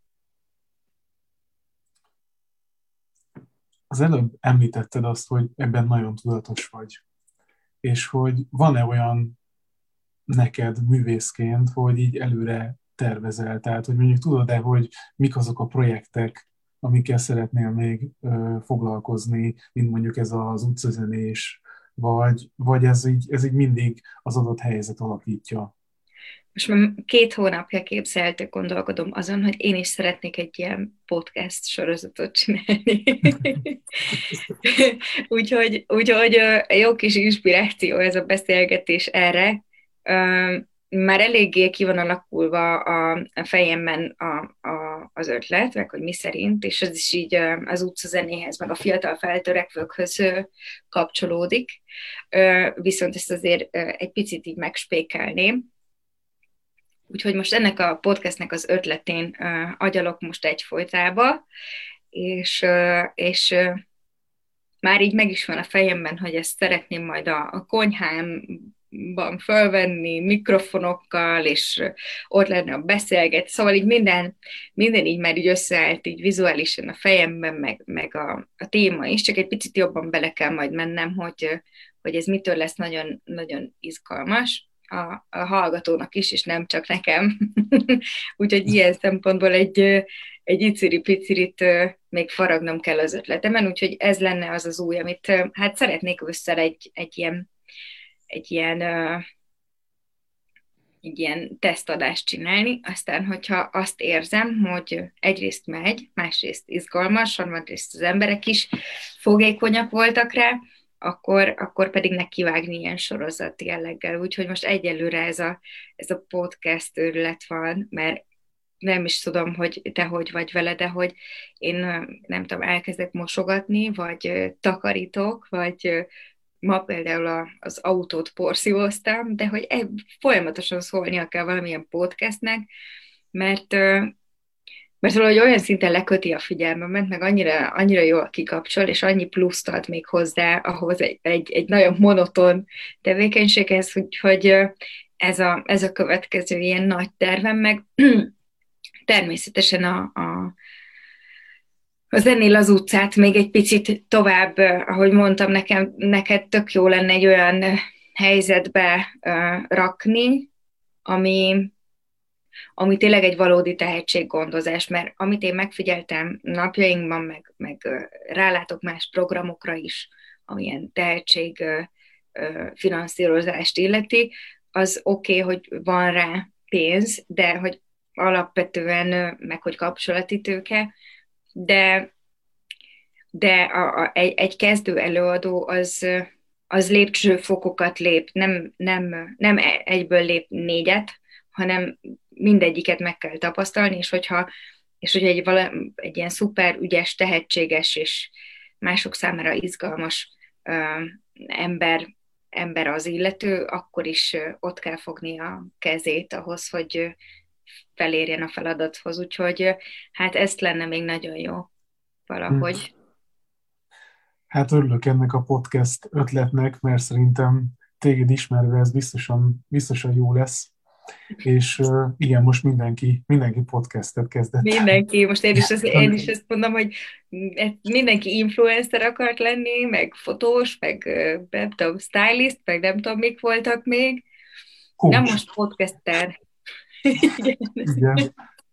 Az előbb említetted azt, hogy ebben nagyon tudatos vagy. És hogy van-e olyan neked művészként, hogy így előre tervezel, tehát hogy mondjuk tudod-e, hogy mik azok a projektek, amikkel szeretnél még ö, foglalkozni, mint mondjuk ez az utcazenés, vagy, vagy ez így, ez így mindig az adott helyzet alakítja. Most már két hónapja képzelte, gondolkodom azon, hogy én is szeretnék egy ilyen podcast sorozatot csinálni. úgyhogy, úgyhogy jó kis inspiráció ez a beszélgetés erre. Már eléggé ki van alakulva a, a fejemben a, a, az ötlet, meg hogy mi szerint, és ez is így az utcazenéhez, meg a fiatal feltörekvőkhöz kapcsolódik. Viszont ezt azért egy picit így megspékelném. Úgyhogy most ennek a podcastnek az ötletén uh, agyalok most egyfolytába, és, uh, és uh, már így meg is van a fejemben, hogy ezt szeretném majd a, a konyhámban fölvenni mikrofonokkal, és uh, ott lenne a beszélget. Szóval így minden, minden így már így összeállt így vizuálisan a fejemben, meg, meg a, a téma is, csak egy picit jobban bele kell majd mennem, hogy, uh, hogy ez mitől lesz nagyon, nagyon izgalmas a, a hallgatónak is, és nem csak nekem. Úgyhogy ilyen szempontból egy, egy iciri-picirit még faragnom kell az ötletemen, úgyhogy ez lenne az az új, amit hát szeretnék össze egy, egy ilyen, egy ilyen egy ilyen tesztadást csinálni, aztán, hogyha azt érzem, hogy egyrészt megy, másrészt izgalmas, harmadrészt az emberek is fogékonyak voltak rá, akkor, akkor pedig nekivágni ilyen sorozati jelleggel. Úgyhogy most egyelőre ez a, ez a podcast őrület van, mert nem is tudom, hogy te hogy vagy vele, de hogy én nem tudom, elkezdek mosogatni, vagy takarítok, vagy ma például a, az autót porszívóztam, de hogy ebb, folyamatosan szólnia kell valamilyen podcastnek, mert, mert valahogy olyan szinten leköti a figyelmemet, meg annyira, annyira jól kikapcsol, és annyi pluszt ad még hozzá ahhoz egy, egy, egy nagyon monoton tevékenységhez, hogy, hogy ez, a, ez a következő ilyen nagy tervem, meg természetesen a, a a zenél az utcát még egy picit tovább, ahogy mondtam, nekem, neked tök jó lenne egy olyan helyzetbe uh, rakni, ami, ami tényleg egy valódi tehetséggondozás, mert amit én megfigyeltem napjainkban, meg, meg uh, rálátok más programokra is, amilyen tehetség uh, uh, finanszírozást illeti, az oké, okay, hogy van rá pénz, de hogy alapvetően, uh, meg hogy kapcsolati tőke, de de a, a, egy, egy kezdő előadó az, az lépcsőfokokat lép, nem, nem, nem egyből lép négyet, hanem mindegyiket meg kell tapasztalni, és hogyha, és hogyha egy, vala, egy ilyen szuper ügyes, tehetséges és mások számára izgalmas ö, ember, ember az illető, akkor is ö, ott kell fogni a kezét ahhoz, hogy ö, felérjen a feladathoz. Úgyhogy ö, hát ezt lenne még nagyon jó Hm. valahogy. Hát örülök ennek a podcast ötletnek, mert szerintem téged ismerve ez biztosan, biztosan jó lesz. És uh, igen, most mindenki, mindenki podcastet kezdett. Mindenki, most én is, ezt, én is ezt mondom, hogy mindenki influencer akart lenni, meg fotós, meg ö, nem tudom, stylist, meg nem tudom, mik voltak még. Nem Coach. most podcaster. Igen.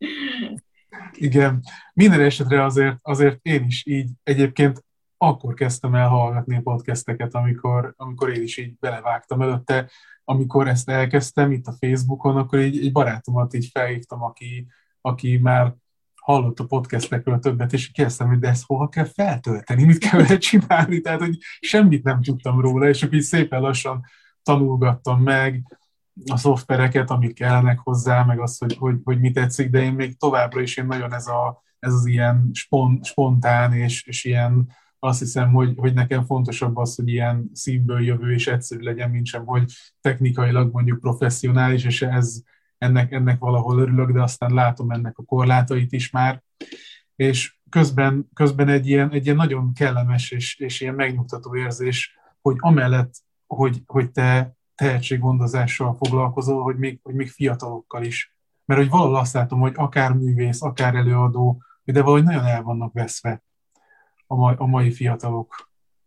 Igen. Minden esetre azért, azért én is így egyébként akkor kezdtem el hallgatni a podcasteket, amikor, amikor én is így belevágtam előtte. Amikor ezt elkezdtem itt a Facebookon, akkor így, egy barátomat így felhívtam, aki, aki már hallott a podcastekről többet, és kérdeztem, hogy de ezt hova kell feltölteni, mit kell vele csinálni, tehát hogy semmit nem tudtam róla, és akkor így szépen lassan tanulgattam meg a szoftvereket, amik kellenek hozzá, meg azt, hogy, hogy, hogy mi tetszik, de én még továbbra is én nagyon ez, a, ez az ilyen spont, spontán, és, és ilyen, azt hiszem, hogy, hogy nekem fontosabb az, hogy ilyen szívből jövő és egyszerű legyen, mint sem, hogy technikailag mondjuk professzionális, és ez, ennek, ennek valahol örülök, de aztán látom ennek a korlátait is már, és közben, közben egy, ilyen, egy ilyen nagyon kellemes és, és ilyen megnyugtató érzés, hogy amellett, hogy, hogy te tehetséggondozással foglalkozol, hogy még, hogy még fiatalokkal is. Mert hogy valahol azt látom, hogy akár művész, akár előadó, de valahogy nagyon el vannak veszve a mai, a mai fiatalok.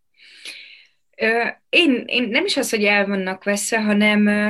Ö, én, én nem is az, hogy el vannak veszve, hanem, ö,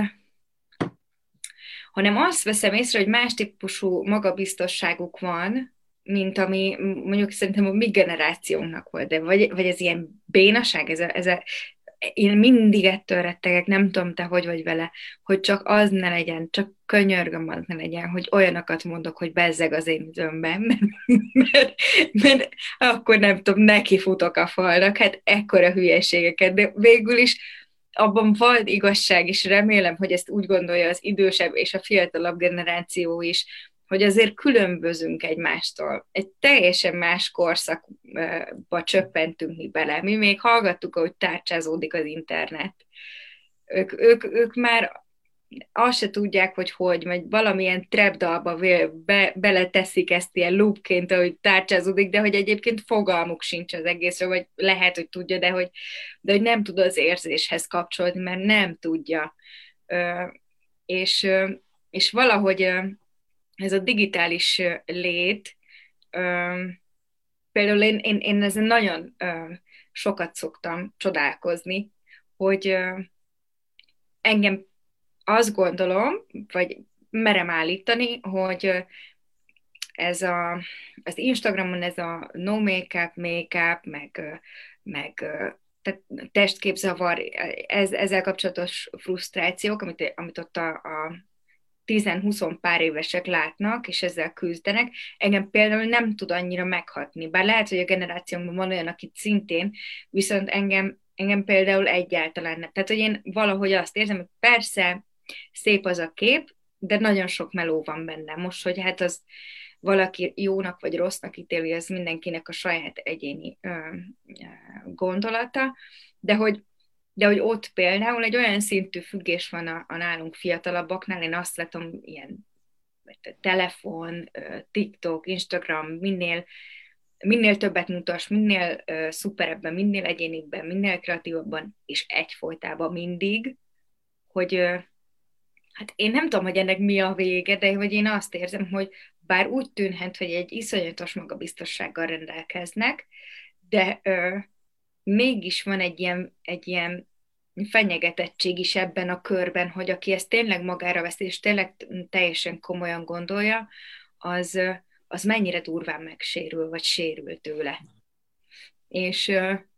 hanem azt veszem észre, hogy más típusú magabiztosságuk van, mint ami mondjuk szerintem a mi generációnknak volt, de vagy, vagy ez ilyen bénaság, ez a, ez a, én mindig ettől rettegek, nem tudom te, hogy vagy vele, hogy csak az ne legyen, csak könyörgöm az ne legyen, hogy olyanokat mondok, hogy bezzeg az én zömbem, mert, mert, mert akkor nem tudom, neki futok a falnak, hát ekkora hülyeségeket, de végül is abban van igazság, és remélem, hogy ezt úgy gondolja az idősebb és a fiatalabb generáció is, hogy azért különbözünk egymástól. Egy teljesen más korszakba csöppentünk mi bele. Mi még hallgattuk, ahogy tárcsázódik az internet. Ők, ők, ők már azt se tudják, hogy hogy, vagy valamilyen trapdalba be, beleteszik ezt ilyen loopként, ahogy tárcsázódik, de hogy egyébként fogalmuk sincs az egészről, vagy lehet, hogy tudja, de hogy, de hogy nem tud az érzéshez kapcsolódni, mert nem tudja. És, és valahogy ez a digitális lét, például én, én, én ezen nagyon sokat szoktam csodálkozni, hogy engem azt gondolom, vagy merem állítani, hogy ez a, az Instagramon ez a no make-up, make-up, meg, meg tehát testképzavar, ez, ezzel kapcsolatos frusztrációk, amit, amit ott a, a tíz-húsz pár évesek látnak, és ezzel küzdenek, engem például nem tud annyira meghatni. Bár lehet, hogy a generációnkban van olyan, akit szintén, viszont engem, engem például egyáltalán nem. Tehát, hogy én valahogy azt érzem, hogy persze szép az a kép, de nagyon sok meló van benne. Most, hogy hát az valaki jónak vagy rossznak ítéli, az mindenkinek a saját egyéni ö, ö, gondolata, de hogy de hogy ott például egy olyan szintű függés van a, a nálunk fiatalabbaknál, én azt látom, ilyen telefon, TikTok, Instagram, minél, minél többet mutas, minél uh, szuperebben, minél egyénibben, minél kreatívabban, és egyfolytában mindig, hogy uh, hát én nem tudom, hogy ennek mi a vége, de hogy én azt érzem, hogy bár úgy tűnhet, hogy egy iszonyatos magabiztossággal rendelkeznek, de uh, mégis van egy ilyen, egy ilyen fenyegetettség is ebben a körben, hogy aki ezt tényleg magára veszi, és tényleg teljesen komolyan gondolja, az, az mennyire durván megsérül, vagy sérül tőle. És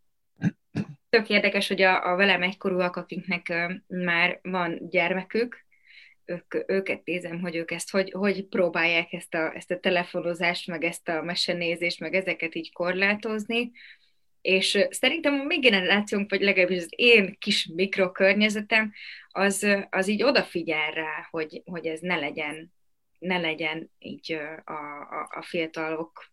tök érdekes, hogy a, a velem egykorúak, akiknek már van gyermekük, ők, őket nézem, hogy ők ezt hogy, hogy próbálják ezt a, ezt a telefonozást, meg ezt a mesenézést, meg ezeket így korlátozni, És szerintem a mi generációnk, vagy legalábbis az én kis mikrokörnyezetem, az, az így odafigyel rá, hogy, hogy ez ne legyen, ne legyen így a, a, a fiatalok,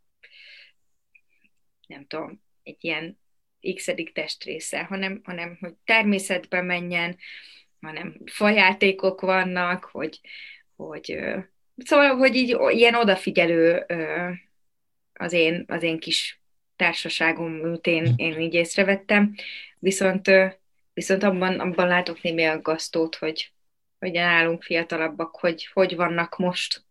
nem tudom, egy ilyen x-edik testrésze, hanem, hanem hogy természetbe menjen, hanem fajátékok vannak, hogy, hogy szóval, hogy így ilyen odafigyelő az én, az én kis társaságom, mint én, én így észrevettem, viszont, viszont abban, abban látok némi aggasztót, hogy, hogy nálunk fiatalabbak, hogy hogy vannak most.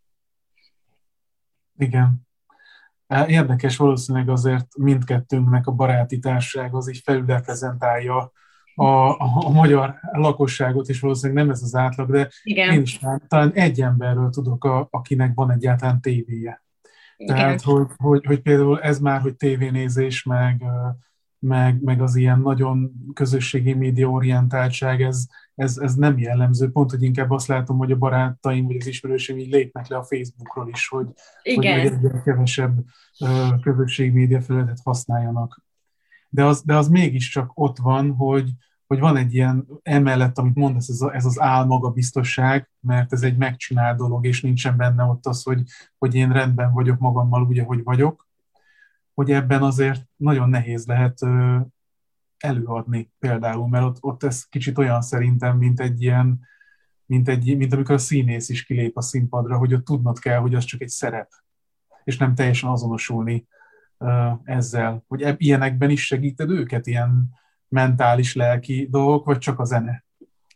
Igen. Érdekes, valószínűleg azért mindkettőnknek a baráti társaság az így felülreprezentálja a, a, a magyar lakosságot, és valószínűleg nem ez az átlag, de én Igen, is már talán egy emberről tudok, a, akinek van egyáltalán tévéje. Tehát, igen, hogy, hogy, hogy például ez már, hogy tévénézés, meg, meg, meg az ilyen nagyon közösségi média orientáltság, ez, ez, ez nem jellemző. Pont, hogy inkább azt látom, hogy a barátaim, vagy az ismerőseim így lépnek le a Facebookról is, hogy, hogy, hogy igen. egyre kevesebb közösségi média felületet használjanak. De az, de az mégiscsak ott van, hogy, hogy van egy ilyen, emellett, amit mondasz, ez, a, ez az álmagabiztosság, mert ez egy megcsinált dolog, és nincsen benne ott az, hogy, hogy én rendben vagyok magammal úgy, ahogy vagyok, hogy ebben azért nagyon nehéz lehet ö, előadni például, mert ott, ott ez kicsit olyan szerintem, mint egy ilyen, mint, egy, mint amikor a színész is kilép a színpadra, hogy ott tudnod kell, hogy az csak egy szerep, és nem teljesen azonosulni ö, ezzel, hogy eb- ilyenekben is segíted őket, ilyen mentális, lelki dolgok, vagy csak a zene?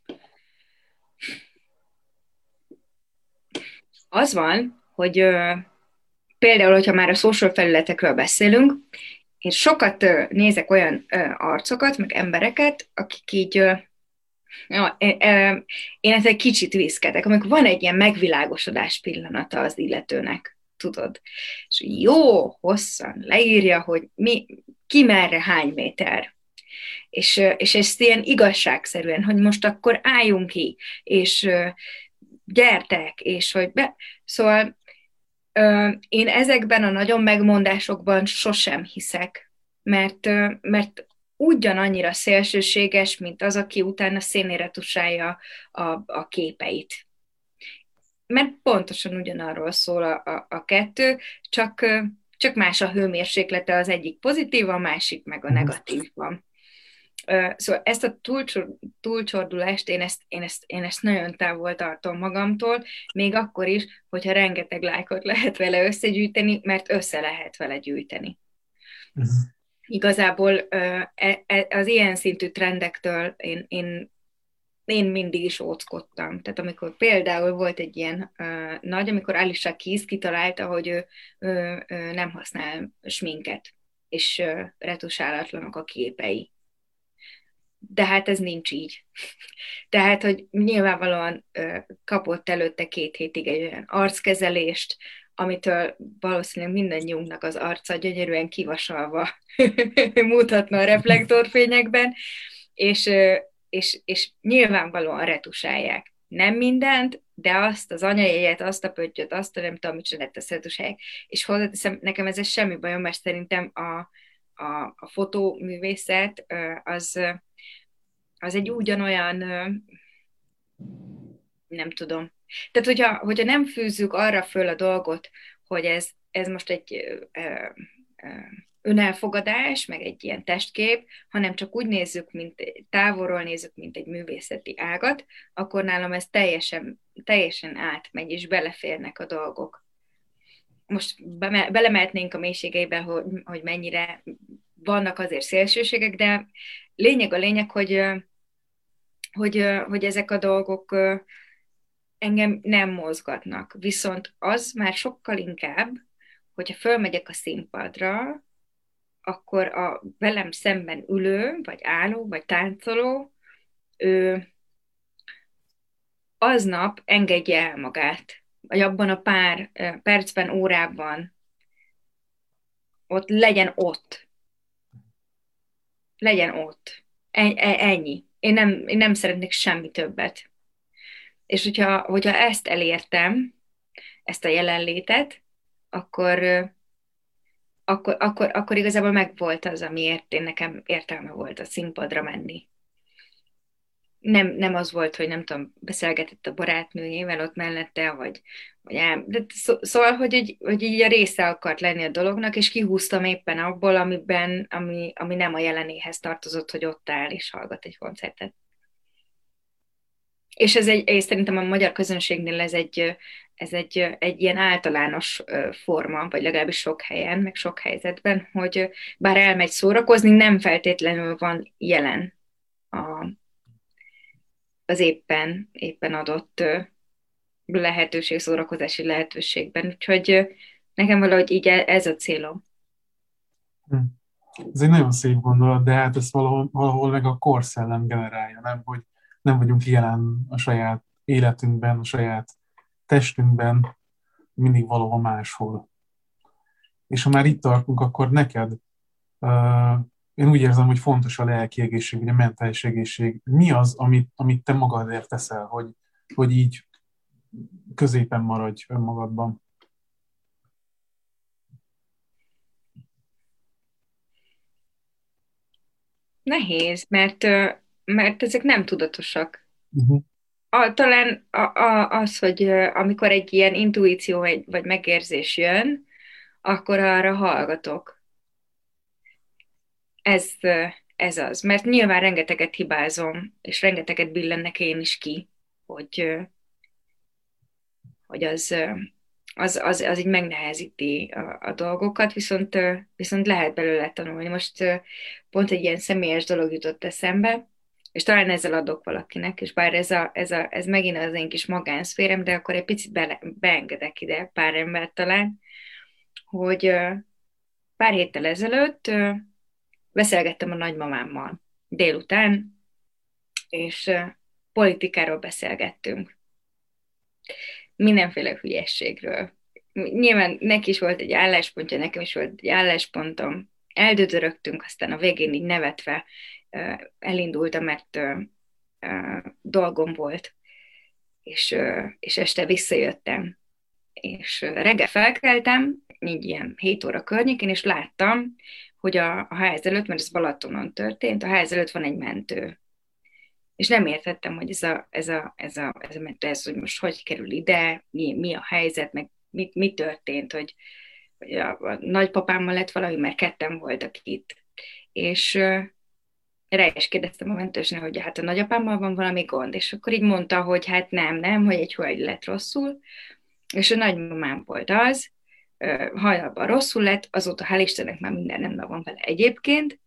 Az van, hogy ö, például, hogyha már a social felületekről beszélünk, én sokat ö, nézek olyan ö, arcokat, meg embereket, akik így ö, ja, én, én ezt egy kicsit viszkedek, amikor van egy ilyen megvilágosodás pillanata az illetőnek, tudod, és jó hosszan leírja, hogy mi, ki merre hány méter, és, és ezt ilyen igazságszerűen, hogy most akkor álljunk ki, és gyertek, és hogy be, szóval én ezekben a nagyon megmondásokban sosem hiszek, mert, mert ugyanannyira szélsőséges, mint az, aki utána szénére tusálja a, a képeit. Mert pontosan ugyanarról szól a, a, a kettő, csak, csak más a hőmérséklete, az egyik pozitív, a másik meg a Mhm. negatív van. Szóval ezt a túlcsor, túlcsordulást, én ezt, én, ezt, én ezt nagyon távol tartom magamtól, még akkor is, hogyha rengeteg lájkot lehet vele összegyűjteni, mert össze lehet vele gyűjteni. Mhm. Igazából e, e, az ilyen szintű trendektől én, én, én mindig is óckodtam. Tehát amikor például volt egy ilyen uh, nagy, amikor Alicia Keys kitalálta, hogy ő, ő, ő nem használ sminket, és uh, retusálatlanok a képei. De hát ez nincs így. Tehát, hogy nyilvánvalóan ö, kapott előtte két hétig egy olyan arckezelést, amitől valószínűleg mindannyiunknak az arca gyönyörűen kivasalva mutatna a reflektorfényekben, és, ö, és, és nyilvánvalóan retusálják. Nem mindent, de azt az anyajegyet, azt a pöttyöt, azt a nem tudom, mit csinált, ezt retusálják. És hozzáteszem, nekem ez semmi bajom, mert szerintem a, a, a fotóművészet ö, az az egy ugyanolyan, nem tudom. Tehát, hogyha, hogyha nem fűzzük arra föl a dolgot, hogy ez, ez most egy ö, ö, önelfogadás, meg egy ilyen testkép, hanem csak úgy nézzük, mint távolról nézzük, mint egy művészeti ágat, akkor nálam ez teljesen, teljesen átmegy, és beleférnek a dolgok. Most be, belemehetnénk a mélységeibe, hogy, hogy mennyire vannak azért szélsőségek, de lényeg a lényeg, hogy hogy, hogy ezek a dolgok engem nem mozgatnak. Viszont az már sokkal inkább, hogyha fölmegyek a színpadra, akkor a velem szemben ülő, vagy álló, vagy táncoló, ő aznap engedje el magát, vagy abban a pár percben, órában ott legyen ott. Legyen ott. Ennyi. Én nem, én nem szeretnék semmi többet. És hogyha, hogyha ezt elértem, ezt a jelenlétet, akkor, akkor, akkor, akkor igazából megvolt az, amiért én nekem értelme volt a színpadra menni. Nem, nem az volt, hogy nem tudom, beszélgetett a barátnőjével ott mellette, vagy, vagy ám, de szó, szóval, hogy, egy, hogy így a része akart lenni a dolognak, és kihúztam éppen abból, amiben, ami, ami nem a jelenéhez tartozott, hogy ott áll és hallgat egy koncertet. És ez egy, és szerintem a magyar közönségnél ez egy, ez egy, egy ilyen általános forma, vagy legalábbis sok helyen, meg sok helyzetben, hogy bár elmegy szórakozni, nem feltétlenül van jelen a, az éppen, éppen adott lehetőség, szórakozási lehetőségben. Úgyhogy nekem valahogy így e, ez a célom. Hm. Ez egy nagyon szép gondolat, de hát ezt valahol, valahol meg a korszellem generálja, nem? Hogy nem vagyunk jelen a saját életünkben, a saját testünkben, mindig valahol máshol. És ha már itt tartunk, akkor neked, uh, én úgy érzem, hogy fontos a lelki egészség, vagy a mentális egészség. Mi az, amit, amit te magadért teszel, hogy, hogy így középen maradj önmagadban? Nehéz, mert, mert ezek nem tudatosak. Uh-huh. A, talán a, a, az, hogy amikor egy ilyen intuíció vagy, vagy megérzés jön, akkor arra hallgatok. Ez, ez az. Mert nyilván rengeteget hibázom, és rengeteget billennek én is ki, hogy, hogy az, az, az, az így megnehezíti a, a dolgokat, viszont, viszont lehet belőle tanulni. Most pont egy ilyen személyes dolog jutott eszembe, és talán ezzel adok valakinek, és bár ez, a, ez, a, ez megint az én kis magánszférem, de akkor egy picit bele, beengedek ide pár embert talán, hogy pár héttel ezelőtt beszélgettem a nagymamámmal délután, és politikáról beszélgettünk. Mindenféle hülyességről. Nyilván neki is volt egy álláspontja, nekem is volt egy álláspontom. Eldödörögtünk, aztán a végén így nevetve elindultam, mert dolgom volt, és, és este visszajöttem. És reggel felkeltem, így ilyen hét óra környékén, és láttam, hogy a, a ház előtt, mert ez Balatonon történt, a ház előtt van egy mentő. És nem értettem, hogy ez a, ez a, ez a, ez a mentő, ez, hogy most hogy kerül ide, mi, mi a helyzet, meg mi, mi történt, hogy, hogy a, a nagypapámmal lett valami, mert ketten voltak itt. És uh, rá is kérdeztem a mentősnél, hogy hát a nagyapámmal van valami gond, és akkor így mondta, hogy hát nem, nem, hogy egy hölgy lett rosszul, és a nagymamám volt az, uh, hajnalban rosszul lett, azóta hál' Istennek már minden rendben van vele egyébként,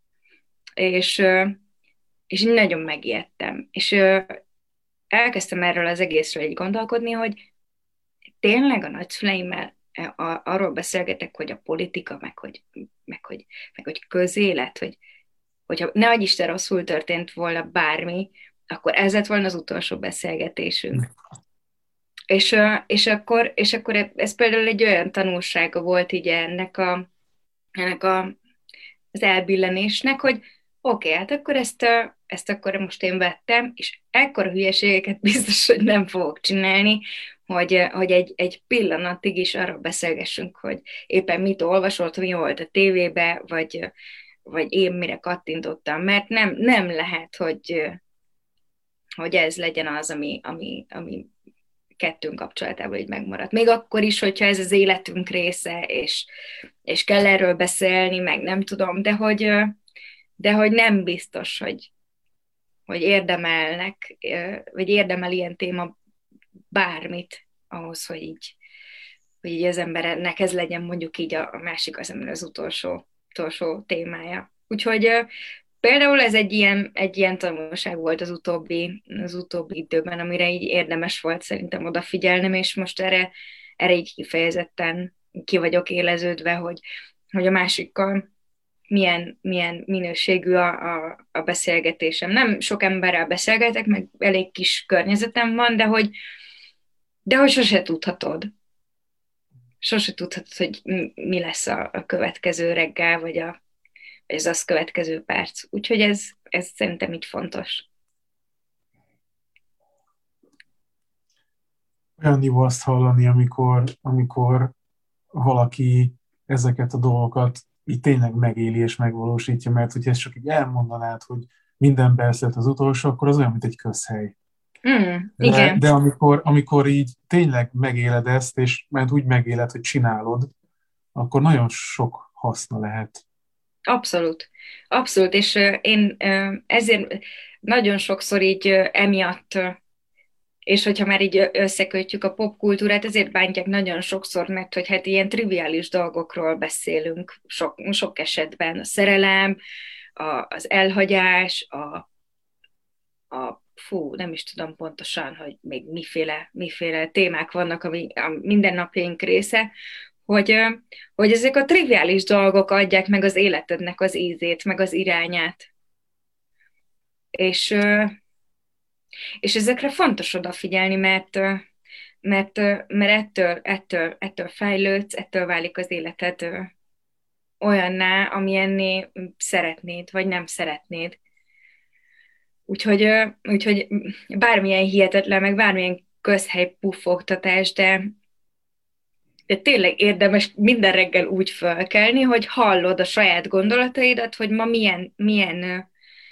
és uh, és így nagyon megijedtem. És ö, elkezdtem erről az egészről így gondolkodni, hogy tényleg a nagyszüleimmel a, arról beszélgetek, hogy a politika, meg hogy, meg hogy, meg hogy közélet, hogy, hogyha nehogy Isten rosszul történt volna bármi, akkor ez lett volna az utolsó beszélgetésünk. És, ö, és, akkor, és akkor ez például egy olyan tanulsága volt így ennek a, ennek a az elbillenésnek, hogy oké, okay, hát akkor ezt, ezt akkor most én vettem, és ekkora hülyeségeket biztos, hogy nem fogok csinálni, hogy, hogy egy, egy pillanatig is arról beszélgessünk, hogy éppen mit olvasott, mi volt a tévébe, vagy, vagy én mire kattintottam, mert nem, nem lehet, hogy, hogy ez legyen az, ami, ami, ami kettőnk kapcsolatában így megmaradt. Még akkor is, hogyha ez az életünk része, és, és kell erről beszélni, meg nem tudom, de hogy, de hogy nem biztos, hogy, hogy érdemelnek, vagy érdemel ilyen téma bármit ahhoz, hogy így, hogy így az embernek ez legyen mondjuk így a, a másik az ember az utolsó, utolsó témája. Úgyhogy például ez egy ilyen, egy ilyen tanulság volt az utóbbi, az utóbbi időben, amire így érdemes volt szerintem odafigyelnem, és most erre, erre így kifejezetten ki vagyok éleződve, hogy, hogy a másikkal milyen, milyen minőségű a, a, a beszélgetésem. Nem sok emberrel beszélgetek, meg elég kis környezetem van, de hogy, de hogy sose tudhatod. Sose tudhatod, hogy mi lesz a, a következő reggel, vagy, a, vagy az azt következő perc. Úgyhogy ez, ez szerintem így fontos. Olyan jó azt hallani, amikor, amikor valaki ezeket a dolgokat így tényleg megéli és megvalósítja, mert hogyha ezt csak így elmondanád, hogy minden persze az utolsó, akkor az olyan, mint egy közhely. Mm, De, igen, de amikor, amikor így tényleg megéled ezt, és mert úgy megéled, hogy csinálod, akkor nagyon sok haszna lehet. abszolút. Abszolút, és ö, én ö, ezért nagyon sokszor így ö, emiatt, ö, és hogyha már így összekötjük a popkultúrát, ezért bántják nagyon sokszor, mert hogy hát ilyen triviális dolgokról beszélünk sok, sok esetben. A szerelem, a, az elhagyás, a, a fú, nem is tudom pontosan, hogy még miféle, miféle témák vannak, ami a mindennapjaink része, hogy, ö, hogy ezek a triviális dolgok adják meg az életednek az ízét, meg az irányát. És, ö, és ezekre fontos odafigyelni, mert, ö, mert, ö, mert ettől, ettől, ettől fejlődsz, ettől válik az életed ö, olyanná, amilyenné szeretnéd, vagy nem szeretnéd. Úgyhogy, ö, úgyhogy bármilyen hihetetlen, meg bármilyen közhely puffogtatás, de, de tényleg érdemes minden reggel úgy fölkelni, hogy hallod a saját gondolataidat, hogy ma milyen, milyen, ö,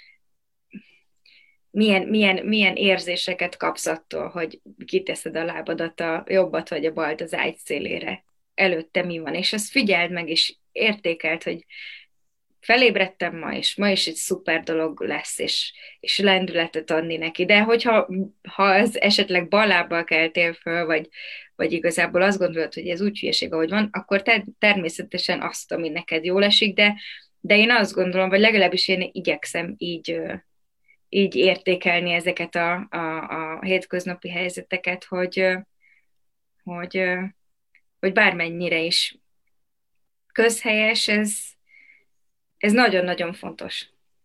milyen, milyen, milyen érzéseket kapsz attól, hogy kiteszed a lábadat, a jobbat vagy a balt az ágy szélére. Előtte mi van, és ezt figyeld meg, és értékeld, hogy felébredtem ma, és ma is egy szuper dolog lesz, és, és lendületet adni neki. De hogyha ha az esetleg bal lábbal keltél föl, vagy, vagy igazából azt gondolod, hogy ez úgy hülyeség, ahogy van, akkor te, természetesen azt, ami neked jól esik, de, de én azt gondolom, vagy legalábbis én igyekszem így, ö, így értékelni ezeket a, a, a hétköznapi helyzeteket, hogy, ö, hogy, ö, hogy bármennyire is közhelyes, ez, ez nagyon-nagyon fontos.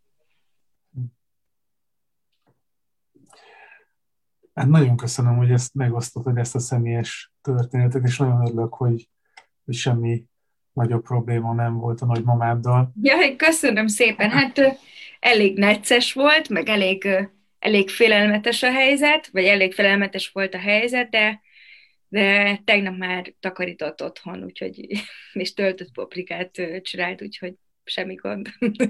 Hát nagyon köszönöm, hogy ezt megosztottad, ezt a személyes történetet, és nagyon örülök, hogy, hogy semmi nagyobb probléma nem volt a nagymamáddal. Ja, köszönöm szépen. Hát ö, elég necces volt, meg elég, ö, elég félelmetes a helyzet, vagy elég félelmetes volt a helyzet, de, de tegnap már takarított otthon, úgyhogy, és töltött paprikát ö, csinált, úgyhogy semmi gond.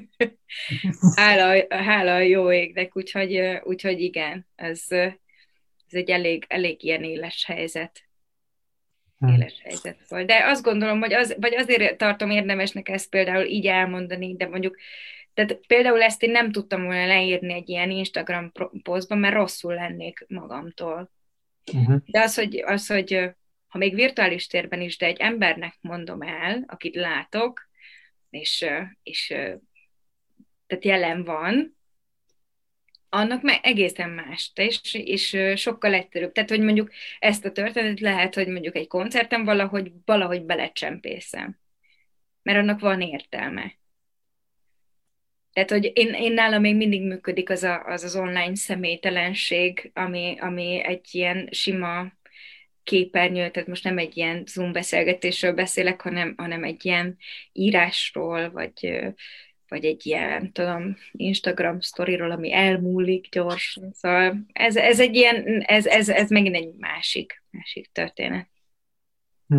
Hála, hála a jó égnek, úgyhogy, ö, úgyhogy igen, ez, ö, ez egy elég, elég ilyen éles helyzet. Hm. Éles helyzet volt. De azt gondolom, hogy az, vagy azért tartom érdemesnek ezt például így elmondani, de mondjuk, tehát például ezt én nem tudtam volna leírni egy ilyen Instagram posztban, mert rosszul lennék magamtól. Uh-huh. De az, hogy, az, hogy ha még virtuális térben is, de egy embernek mondom el, akit látok, és, és tehát jelen van, annak meg egészen más, és, és sokkal egyszerűbb. Tehát, hogy mondjuk ezt a történetet lehet, hogy mondjuk egy koncerten valahogy, valahogy belecsempészem, mert annak van értelme. Tehát, hogy én, én nálam még mindig működik az, a, az az online személytelenség, ami, ami egy ilyen sima képernyő, tehát most nem egy ilyen Zoom beszélgetésről beszélek, hanem, hanem egy ilyen írásról, vagy, vagy egy ilyen, nem tudom, Instagram sztoriról, ami elmúlik gyorsan. Szóval ez, ez egy ilyen, ez, ez, ez megint egy másik, másik történet. Hm.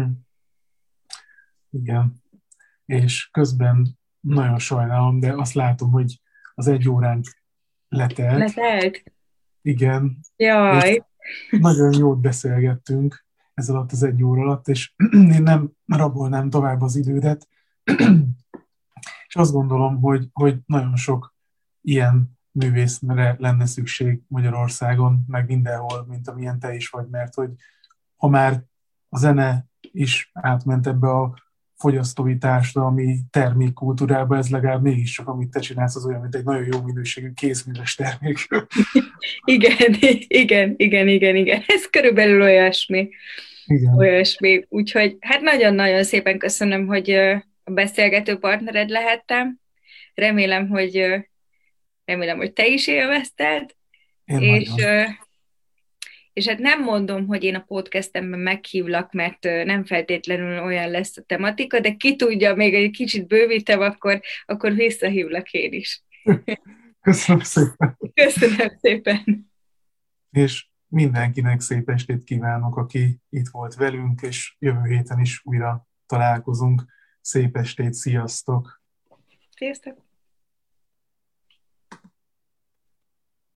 Igen. És közben nagyon sajnálom, de azt látom, hogy az egy óránk letelt. Letelt? Igen. Jaj. És nagyon jót beszélgettünk ez alatt az egy óra alatt, és én nem rabolnám tovább az idődet. És azt gondolom, hogy, hogy nagyon sok ilyen művészre lenne szükség Magyarországon, meg mindenhol, mint amilyen te is vagy, mert hogy ha már a zene is átment ebbe a fogyasztói társadalmi termékkultúrába, ez legalább mégiscsak, amit te csinálsz, az olyan, mint egy nagyon jó minőségű kézműves termék. Igen, igen, igen, igen, igen. Ez körülbelül olyasmi. Igen. Olyasmi. Úgyhogy hát nagyon-nagyon szépen köszönöm, hogy a beszélgető partnered lehettem. Remélem, hogy remélem, hogy te is élvezted. Én És, nagyon. és hát nem mondom, hogy én a podcastemben meghívlak, mert nem feltétlenül olyan lesz a tematika, de ki tudja, még egy kicsit bővítem, akkor, akkor visszahívlak én is. Köszönöm szépen. Köszönöm szépen. És mindenkinek szép estét kívánok, aki itt volt velünk, és jövő héten is újra találkozunk. Szép estét, sziasztok! Sziasztok!